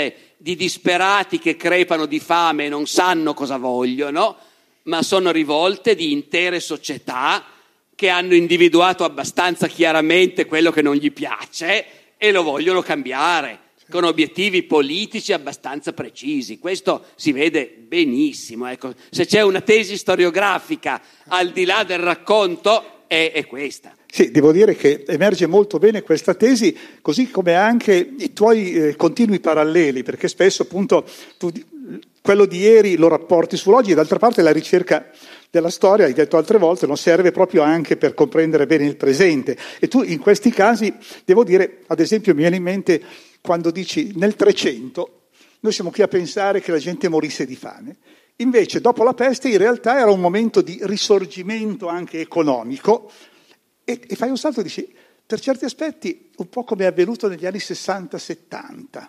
di disperati che crepano di fame e non sanno cosa vogliono, ma sono rivolte di intere società che hanno individuato abbastanza chiaramente quello che non gli piace e lo vogliono cambiare, con obiettivi politici abbastanza precisi. Questo si vede benissimo. Ecco, se c'è una tesi storiografica al di là del racconto è, è questa. Sì, devo dire che emerge molto bene questa tesi, così come anche i tuoi eh, continui paralleli, perché spesso appunto tu, quello di ieri lo rapporti sull'oggi e d'altra parte la ricerca della storia, hai detto altre volte, non serve proprio anche per comprendere bene il presente. E tu in questi casi, devo dire, ad esempio mi viene in mente quando dici nel trecento noi siamo qui a pensare che la gente morisse di fame, invece dopo la peste in realtà era un momento di risorgimento anche economico e, e fai un salto e dici per certi aspetti un po' come è avvenuto negli anni sessanta settanta.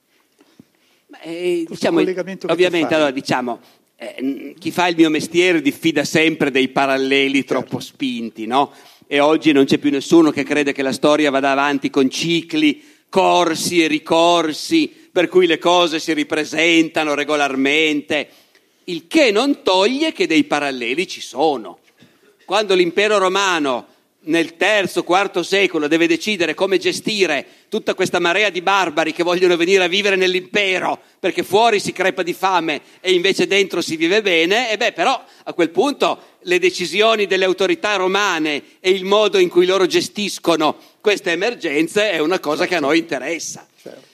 Eh, diciamo, ovviamente allora diciamo eh, chi fa il mio mestiere diffida sempre dei paralleli troppo certo. spinti, no? E oggi non c'è più nessuno che crede che la storia vada avanti con cicli, corsi e ricorsi, per cui le cose si ripresentano regolarmente, il che non toglie che dei paralleli ci sono. Quando l'impero romano nel terzo, quarto secolo deve decidere come gestire tutta questa marea di barbari che vogliono venire a vivere nell'impero perché fuori si crepa di fame e invece dentro si vive bene, e beh, però a quel punto le decisioni delle autorità romane e il modo in cui loro gestiscono queste emergenze è una cosa che a noi interessa.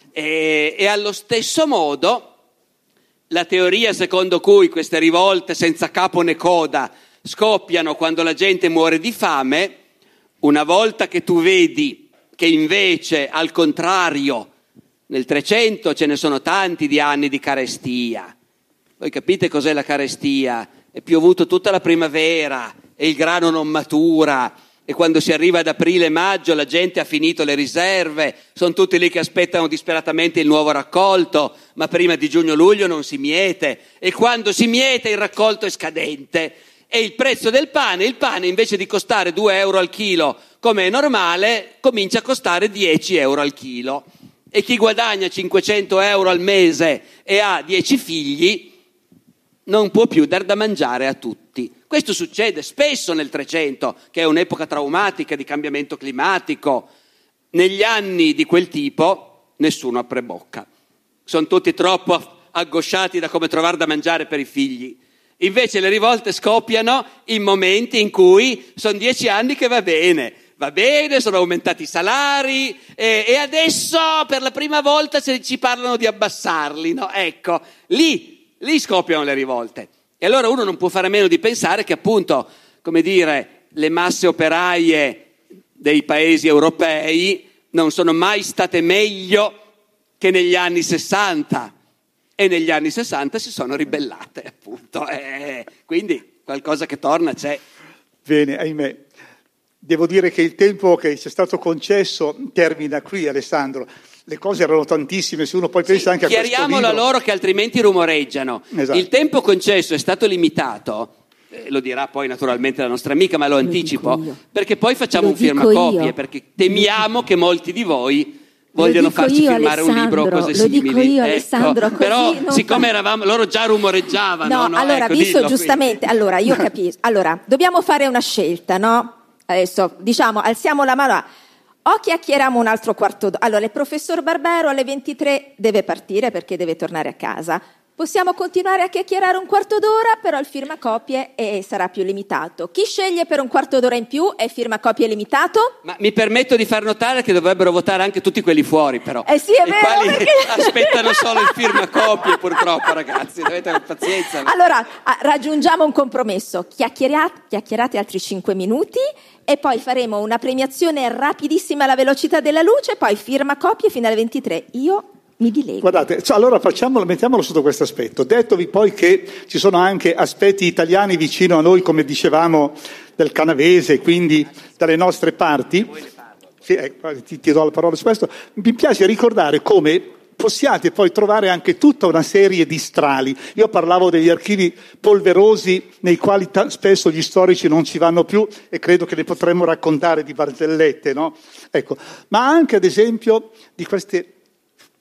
E, e allo stesso modo la teoria secondo cui queste rivolte senza capo né coda scoppiano quando la gente muore di fame, una volta che tu vedi che invece al contrario nel trecento ce ne sono tanti di anni di carestia. Voi capite cos'è la carestia? È piovuto tutta la primavera e il grano non matura e quando si arriva ad aprile e maggio la gente ha finito le riserve, sono tutti lì che aspettano disperatamente il nuovo raccolto, ma prima di giugno-luglio non si miete e quando si miete il raccolto è scadente. E il prezzo del pane, il pane invece di costare due euro al chilo come è normale, comincia a costare dieci euro al chilo. E chi guadagna cinquecento euro al mese e ha dieci figli non può più dar da mangiare a tutti. Questo succede spesso nel trecento, che è un'epoca traumatica di cambiamento climatico. Negli anni di quel tipo nessuno apre bocca. Sono tutti troppo angosciati da come trovare da mangiare per i figli. Invece le rivolte scoppiano in momenti in cui sono dieci anni che va bene, va bene, sono aumentati i salari e, e adesso per la prima volta se ci parlano di abbassarli, no? Ecco, lì, lì scoppiano le rivolte. E allora uno non può fare a meno di pensare che appunto, come dire, le masse operaie dei paesi europei non sono mai state meglio che negli anni sessanta. E negli anni sessanta si sono ribellate, appunto. Eh, quindi qualcosa che torna c'è. Bene, ahimè. Devo dire che il tempo che ci è stato concesso termina qui, Alessandro. Le cose erano tantissime, se uno poi pensa sì, anche a questo libro. Chiariamolo a loro che altrimenti rumoreggiano. Esatto. Il tempo concesso è stato limitato, eh, lo dirà poi naturalmente la nostra amica, ma lo, lo anticipo, perché poi facciamo lo un firmacopie, io. Perché temiamo che molti di voi vogliono farci io, firmare un libro cose lo simili. Dico io, ecco. Alessandro, così però siccome fa... eravamo, loro già rumoreggiavano. No, no? allora, ecco, visto dillo, giustamente, quindi. allora io capisco. Allora, dobbiamo fare una scelta, no? Adesso, diciamo, alziamo la mano. O chiacchieriamo un altro quarto d'ora. Allora, il professor Barbero alle ventitré deve partire perché deve tornare a casa. Possiamo continuare a chiacchierare un quarto d'ora, però il firmacopie è, sarà più limitato. Chi sceglie per un quarto d'ora in più è firmacopie limitato? Ma mi permetto di far notare che dovrebbero votare anche tutti quelli fuori, però. Eh sì, è I vero, quali perché... aspettano solo il firmacopie, purtroppo, ragazzi. Dovete avere pazienza. Allora, raggiungiamo un compromesso. Chiacchierate, chiacchierate altri cinque minuti e poi faremo una premiazione rapidissima alla velocità della luce, poi firmacopie fino alle ventitré. Io... mi dilego. Guardate, cioè, allora facciamolo, mettiamolo sotto questo aspetto. Dettovi poi che ci sono anche aspetti italiani vicino a noi, come dicevamo, del canavese, quindi dalle nostre parti. Sì, eh, ti, ti do la parola su questo. Mi piace ricordare come possiate poi trovare anche tutta una serie di strali. Io parlavo degli archivi polverosi nei quali t- spesso gli storici non ci vanno più e credo che ne potremmo raccontare di barzellette, no? Ecco, ma anche ad esempio di queste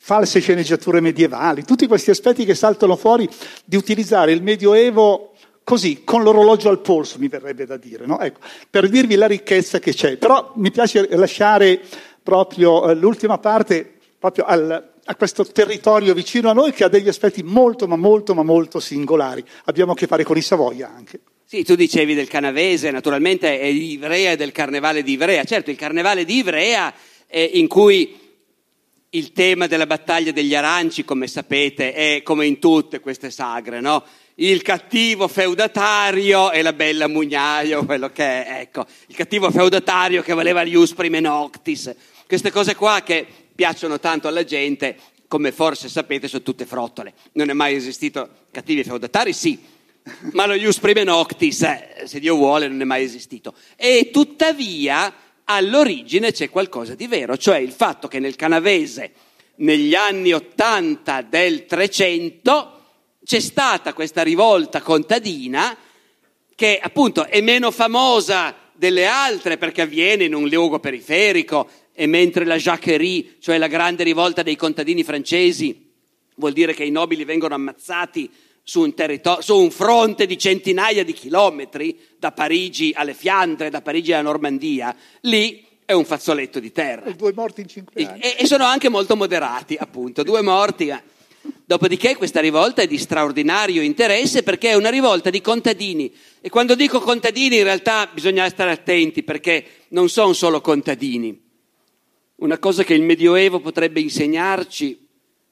false sceneggiature medievali, tutti questi aspetti che saltano fuori di utilizzare il Medioevo così, con l'orologio al polso, mi verrebbe da dire, no? Ecco, per dirvi la ricchezza che c'è. Però mi piace lasciare proprio eh, l'ultima parte proprio al, a questo territorio vicino a noi che ha degli aspetti molto, ma molto, ma molto singolari. Abbiamo a che fare con i Savoia anche. Sì, tu dicevi del Canavese, naturalmente è di Ivrea e del Carnevale di Ivrea. Certo, il Carnevale di Ivrea è in cui il tema della battaglia degli aranci, come sapete, è come in tutte queste sagre, no? Il cattivo feudatario e la bella mugnaio, quello che è, ecco, il cattivo feudatario che voleva gli ius prime noctis. Queste cose qua che piacciono tanto alla gente, come forse sapete, sono tutte frottole. Non è mai esistito cattivi feudatari, sì, ma lo ius prime noctis, eh, se Dio vuole, non è mai esistito. E tuttavia all'origine c'è qualcosa di vero, cioè il fatto che nel Canavese negli anni ottanta del Trecento c'è stata questa rivolta contadina che appunto è meno famosa delle altre perché avviene in un luogo periferico, e mentre la Jacquerie, cioè la grande rivolta dei contadini francesi, vuol dire che i nobili vengono ammazzati su un, territorio, su un fronte di centinaia di chilometri, da Parigi alle Fiandre, da Parigi alla Normandia, lì è un fazzoletto di terra. E due morti in cinque anni. E, e sono anche molto moderati, appunto, due morti. Dopodiché questa rivolta è di straordinario interesse perché è una rivolta di contadini. E quando dico contadini in realtà bisogna stare attenti perché non sono solo contadini. Una cosa che il Medioevo potrebbe insegnarci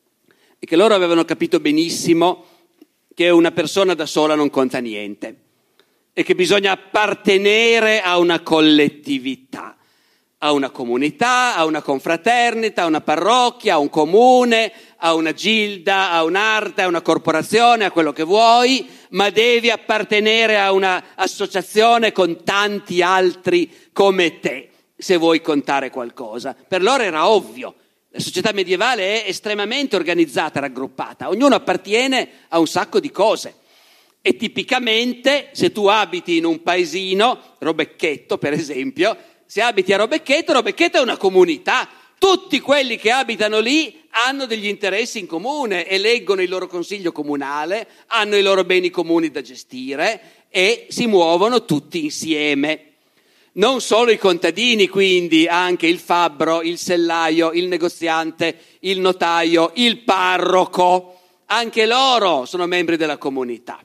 è che loro avevano capito benissimo che una persona da sola non conta niente e che bisogna appartenere a una collettività, a una comunità, a una confraternita, a una parrocchia, a un comune, a una gilda, a un'arte, a una corporazione, a quello che vuoi, ma devi appartenere a un'associazione con tanti altri come te, se vuoi contare qualcosa. Per loro era ovvio. La società medievale è estremamente organizzata, raggruppata. Ognuno appartiene a un sacco di cose. E tipicamente, se tu abiti in un paesino, Robecchetto per esempio, se abiti a Robecchetto, Robecchetto è una comunità. Tutti quelli che abitano lì hanno degli interessi in comune, eleggono il loro consiglio comunale, hanno i loro beni comuni da gestire e si muovono tutti insieme. Non solo i contadini, quindi, anche il fabbro, il sellaio, il negoziante, il notaio, il parroco, anche loro sono membri della comunità.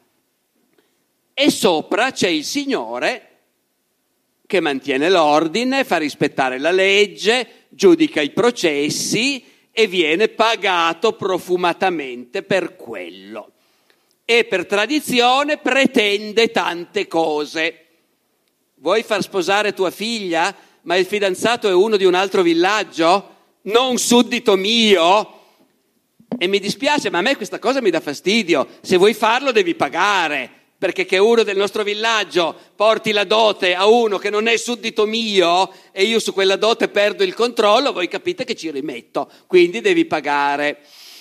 E sopra c'è il Signore che mantiene l'ordine, fa rispettare la legge, giudica i processi e viene pagato profumatamente per quello. E per tradizione pretende tante cose. Vuoi far sposare tua figlia, ma il fidanzato è uno di un altro villaggio? Non suddito mio? E mi dispiace, ma a me questa cosa mi dà fastidio. Se vuoi farlo devi pagare, perché che uno del nostro villaggio porti la dote a uno che non è suddito mio e io su quella dote perdo il controllo, voi capite che ci rimetto, quindi devi pagare.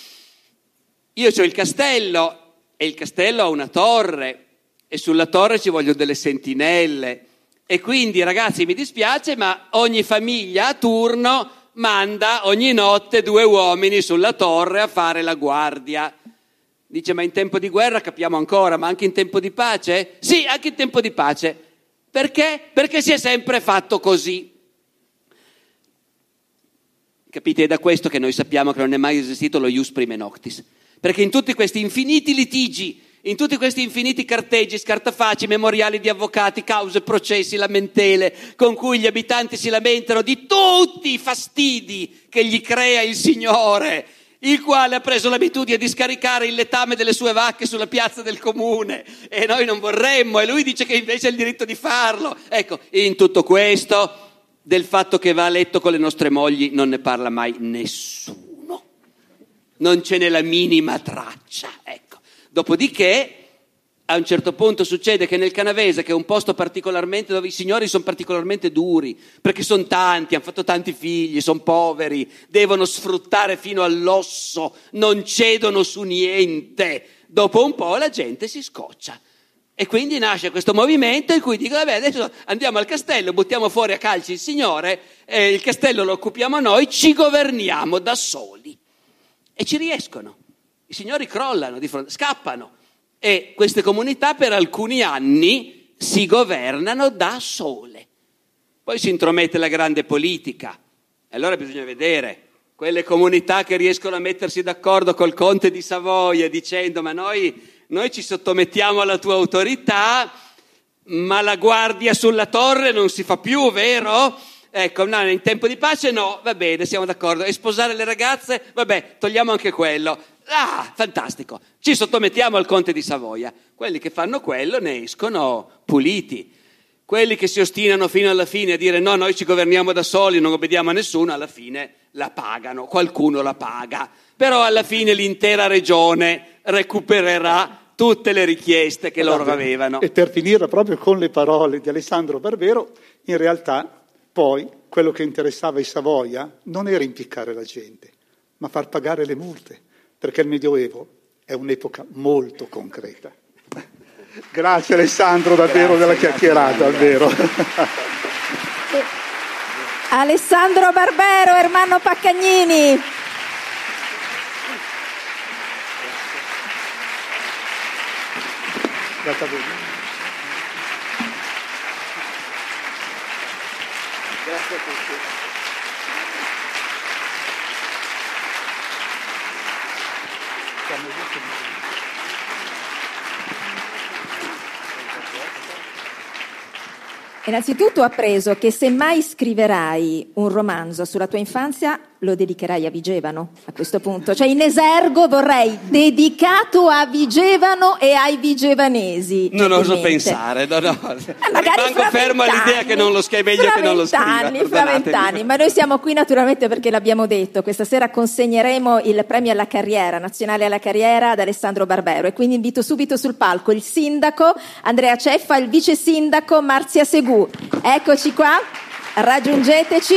Io ho il castello e il castello ha una torre e sulla torre ci vogliono delle sentinelle. E quindi, ragazzi, mi dispiace, ma ogni famiglia a turno manda ogni notte due uomini sulla torre a fare la guardia. Dice, ma in tempo di guerra capiamo ancora, ma anche in tempo di pace? Sì, anche in tempo di pace. Perché? Perché si è sempre fatto così. Capite? È da questo che noi sappiamo che non è mai esistito lo ius prime noctis. Perché in tutti questi infiniti litigi, in tutti questi infiniti carteggi, scartafaci, memoriali di avvocati, cause, processi, lamentele, con cui gli abitanti si lamentano di tutti i fastidi che gli crea il Signore, il quale ha preso l'abitudine di scaricare il letame delle sue vacche sulla piazza del comune e noi non vorremmo, e lui dice che invece ha il diritto di farlo. Ecco, in tutto questo, del fatto che va a letto con le nostre mogli non ne parla mai nessuno, non ce n'è la minima traccia, ecco. Dopodiché, a un certo punto succede che nel Canavese, che è un posto particolarmente dove i signori sono particolarmente duri, perché sono tanti, hanno fatto tanti figli, sono poveri, devono sfruttare fino all'osso, non cedono su niente. Dopo un po' la gente si scoccia. E quindi nasce questo movimento in cui dicono, vabbè, adesso andiamo al castello, buttiamo fuori a calci il Signore, eh, il castello lo occupiamo noi, ci governiamo da soli. e ci riescono. I signori crollano di fronte, scappano, e queste comunità per alcuni anni si governano da sole. Poi si intromette la grande politica, e allora bisogna vedere quelle comunità che riescono a mettersi d'accordo col conte di Savoia dicendo ma noi, noi ci sottomettiamo alla tua autorità, ma la guardia sulla torre non si fa più, vero? Ecco, no, in tempo di pace no, va bene, siamo d'accordo. E sposare le ragazze? Vabbè, togliamo anche quello. Ah, fantastico, ci sottomettiamo al conte di Savoia. Quelli che fanno quello ne escono puliti. Quelli che si ostinano fino alla fine a dire no, noi ci governiamo da soli, non obbediamo a nessuno, alla fine la pagano, qualcuno la paga. Però alla fine l'intera regione recupererà tutte le richieste che loro avevano. E per finire proprio con le parole di Alessandro Barbero, in realtà poi quello che interessava i Savoia non era impiccare la gente, ma far pagare le multe, perché il Medioevo è un'epoca molto concreta. Grazie Alessandro davvero grazie, della chiacchierata, davvero. Alessandro Barbero, Ermanno Paccagnini. Grazie a voi. Grazie a tutti. Innanzitutto ho appreso che se mai scriverai un romanzo sulla tua infanzia lo dedicherai a Vigevano a questo punto, cioè in esergo vorrei dedicato a Vigevano e ai vigevanesi. Non oso pensare, no, no. Eh, rimango fermo all'idea che non lo scrive, meglio che non lo scriva. Anni, fra vent'anni, ma noi siamo qui naturalmente perché l'abbiamo detto, questa sera consegneremo il premio alla carriera, nazionale alla carriera ad Alessandro Barbero, e quindi invito subito sul palco il sindaco Andrea Ceffa, il vice sindaco Marzia Segù. Eccoci qua, raggiungeteci.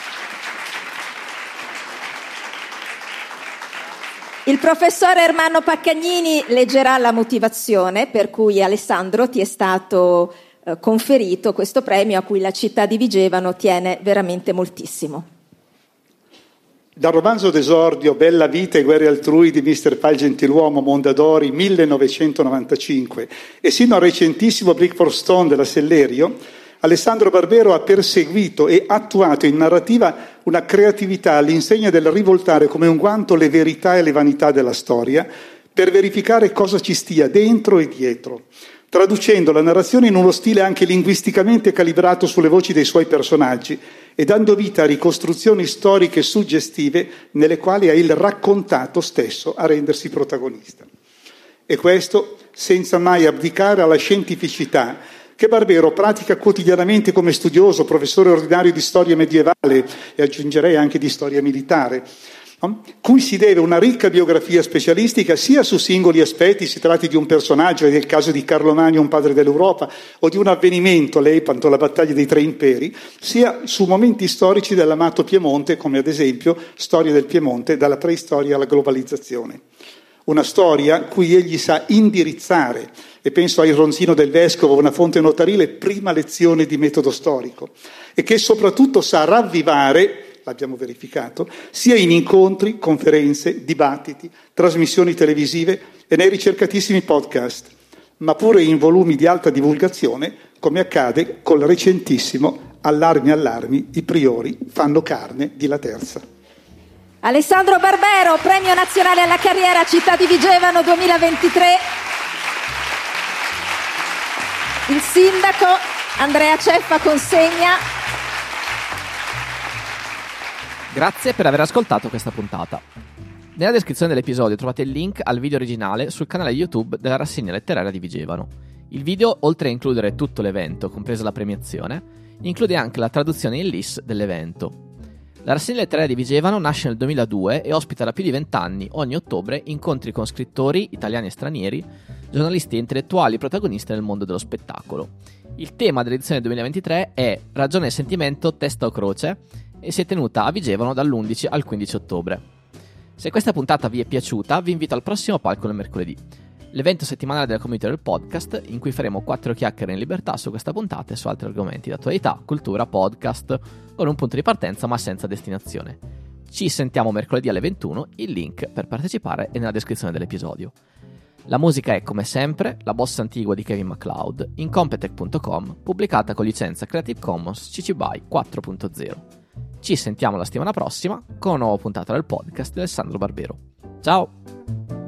Il professore Ermanno Paccagnini leggerà la motivazione per cui Alessandro ti è stato eh, conferito questo premio a cui la città di Vigevano tiene veramente moltissimo. Dal romanzo d'esordio Bella vita e guerre altrui di mister Fai Gentiluomo Mondadori millenovecentonovantacinque e sino al recentissimo Brick for Stone della Sellerio, Alessandro Barbero ha perseguito e attuato in narrativa una creatività all'insegna del rivoltare come un guanto le verità e le vanità della storia per verificare cosa ci stia dentro e dietro, traducendo la narrazione in uno stile anche linguisticamente calibrato sulle voci dei suoi personaggi e dando vita a ricostruzioni storiche suggestive nelle quali è il raccontato stesso a rendersi protagonista. E questo senza mai abdicare alla scientificità che Barbero pratica quotidianamente come studioso, professore ordinario di storia medievale e aggiungerei anche di storia militare, no? Cui si deve una ricca biografia specialistica sia su singoli aspetti, si tratti di un personaggio, è il caso di Carlo Magno, un padre dell'Europa, o di un avvenimento, l'Epanto, la battaglia dei tre imperi, sia su momenti storici dell'amato Piemonte, come ad esempio Storia del Piemonte, dalla preistoria alla globalizzazione. Una storia cui egli sa indirizzare, e penso al Ronzino del Vescovo, una fonte notarile, prima lezione di metodo storico, e che soprattutto sa ravvivare, l'abbiamo verificato, sia in incontri, conferenze, dibattiti, trasmissioni televisive e nei ricercatissimi podcast, ma pure in volumi di alta divulgazione, come accade col recentissimo Allarmi allarmi, i priori fanno carne di La Terza. Alessandro Barbero, premio nazionale alla carriera Città di Vigevano duemilaventitré. Il sindaco Andrea Ceffa consegna. Grazie per aver ascoltato questa puntata. Nella descrizione dell'episodio trovate il link al video originale sul canale YouTube della rassegna letteraria di Vigevano. Il video, oltre a includere tutto l'evento, compresa la premiazione, include anche la traduzione in L I S dell'evento. La rassegna letteraria di Vigevano nasce nel duemiladue e ospita da più di vent'anni ogni ottobre incontri con scrittori italiani e stranieri, giornalisti e intellettuali protagonisti nel mondo dello spettacolo. Il tema dell'edizione duemilaventitré è Ragione e sentimento, testa o croce e si è tenuta a Vigevano dall'undici al quindici ottobre. Se questa puntata vi è piaciuta, vi invito al prossimo palco del mercoledì, l'evento settimanale della community del podcast in cui faremo quattro chiacchiere in libertà su questa puntata e su altri argomenti di attualità, cultura, podcast, con un punto di partenza ma senza destinazione. Ci sentiamo mercoledì alle ventuno, il link per partecipare è nella descrizione dell'episodio. La musica è, come sempre, La Bossa Antigua di Kevin MacLeod, in Competech punto com, pubblicata con licenza Creative Commons C C B Y quattro punto zero. Ci sentiamo la settimana prossima con una nuova puntata del podcast di Alessandro Barbero. Ciao!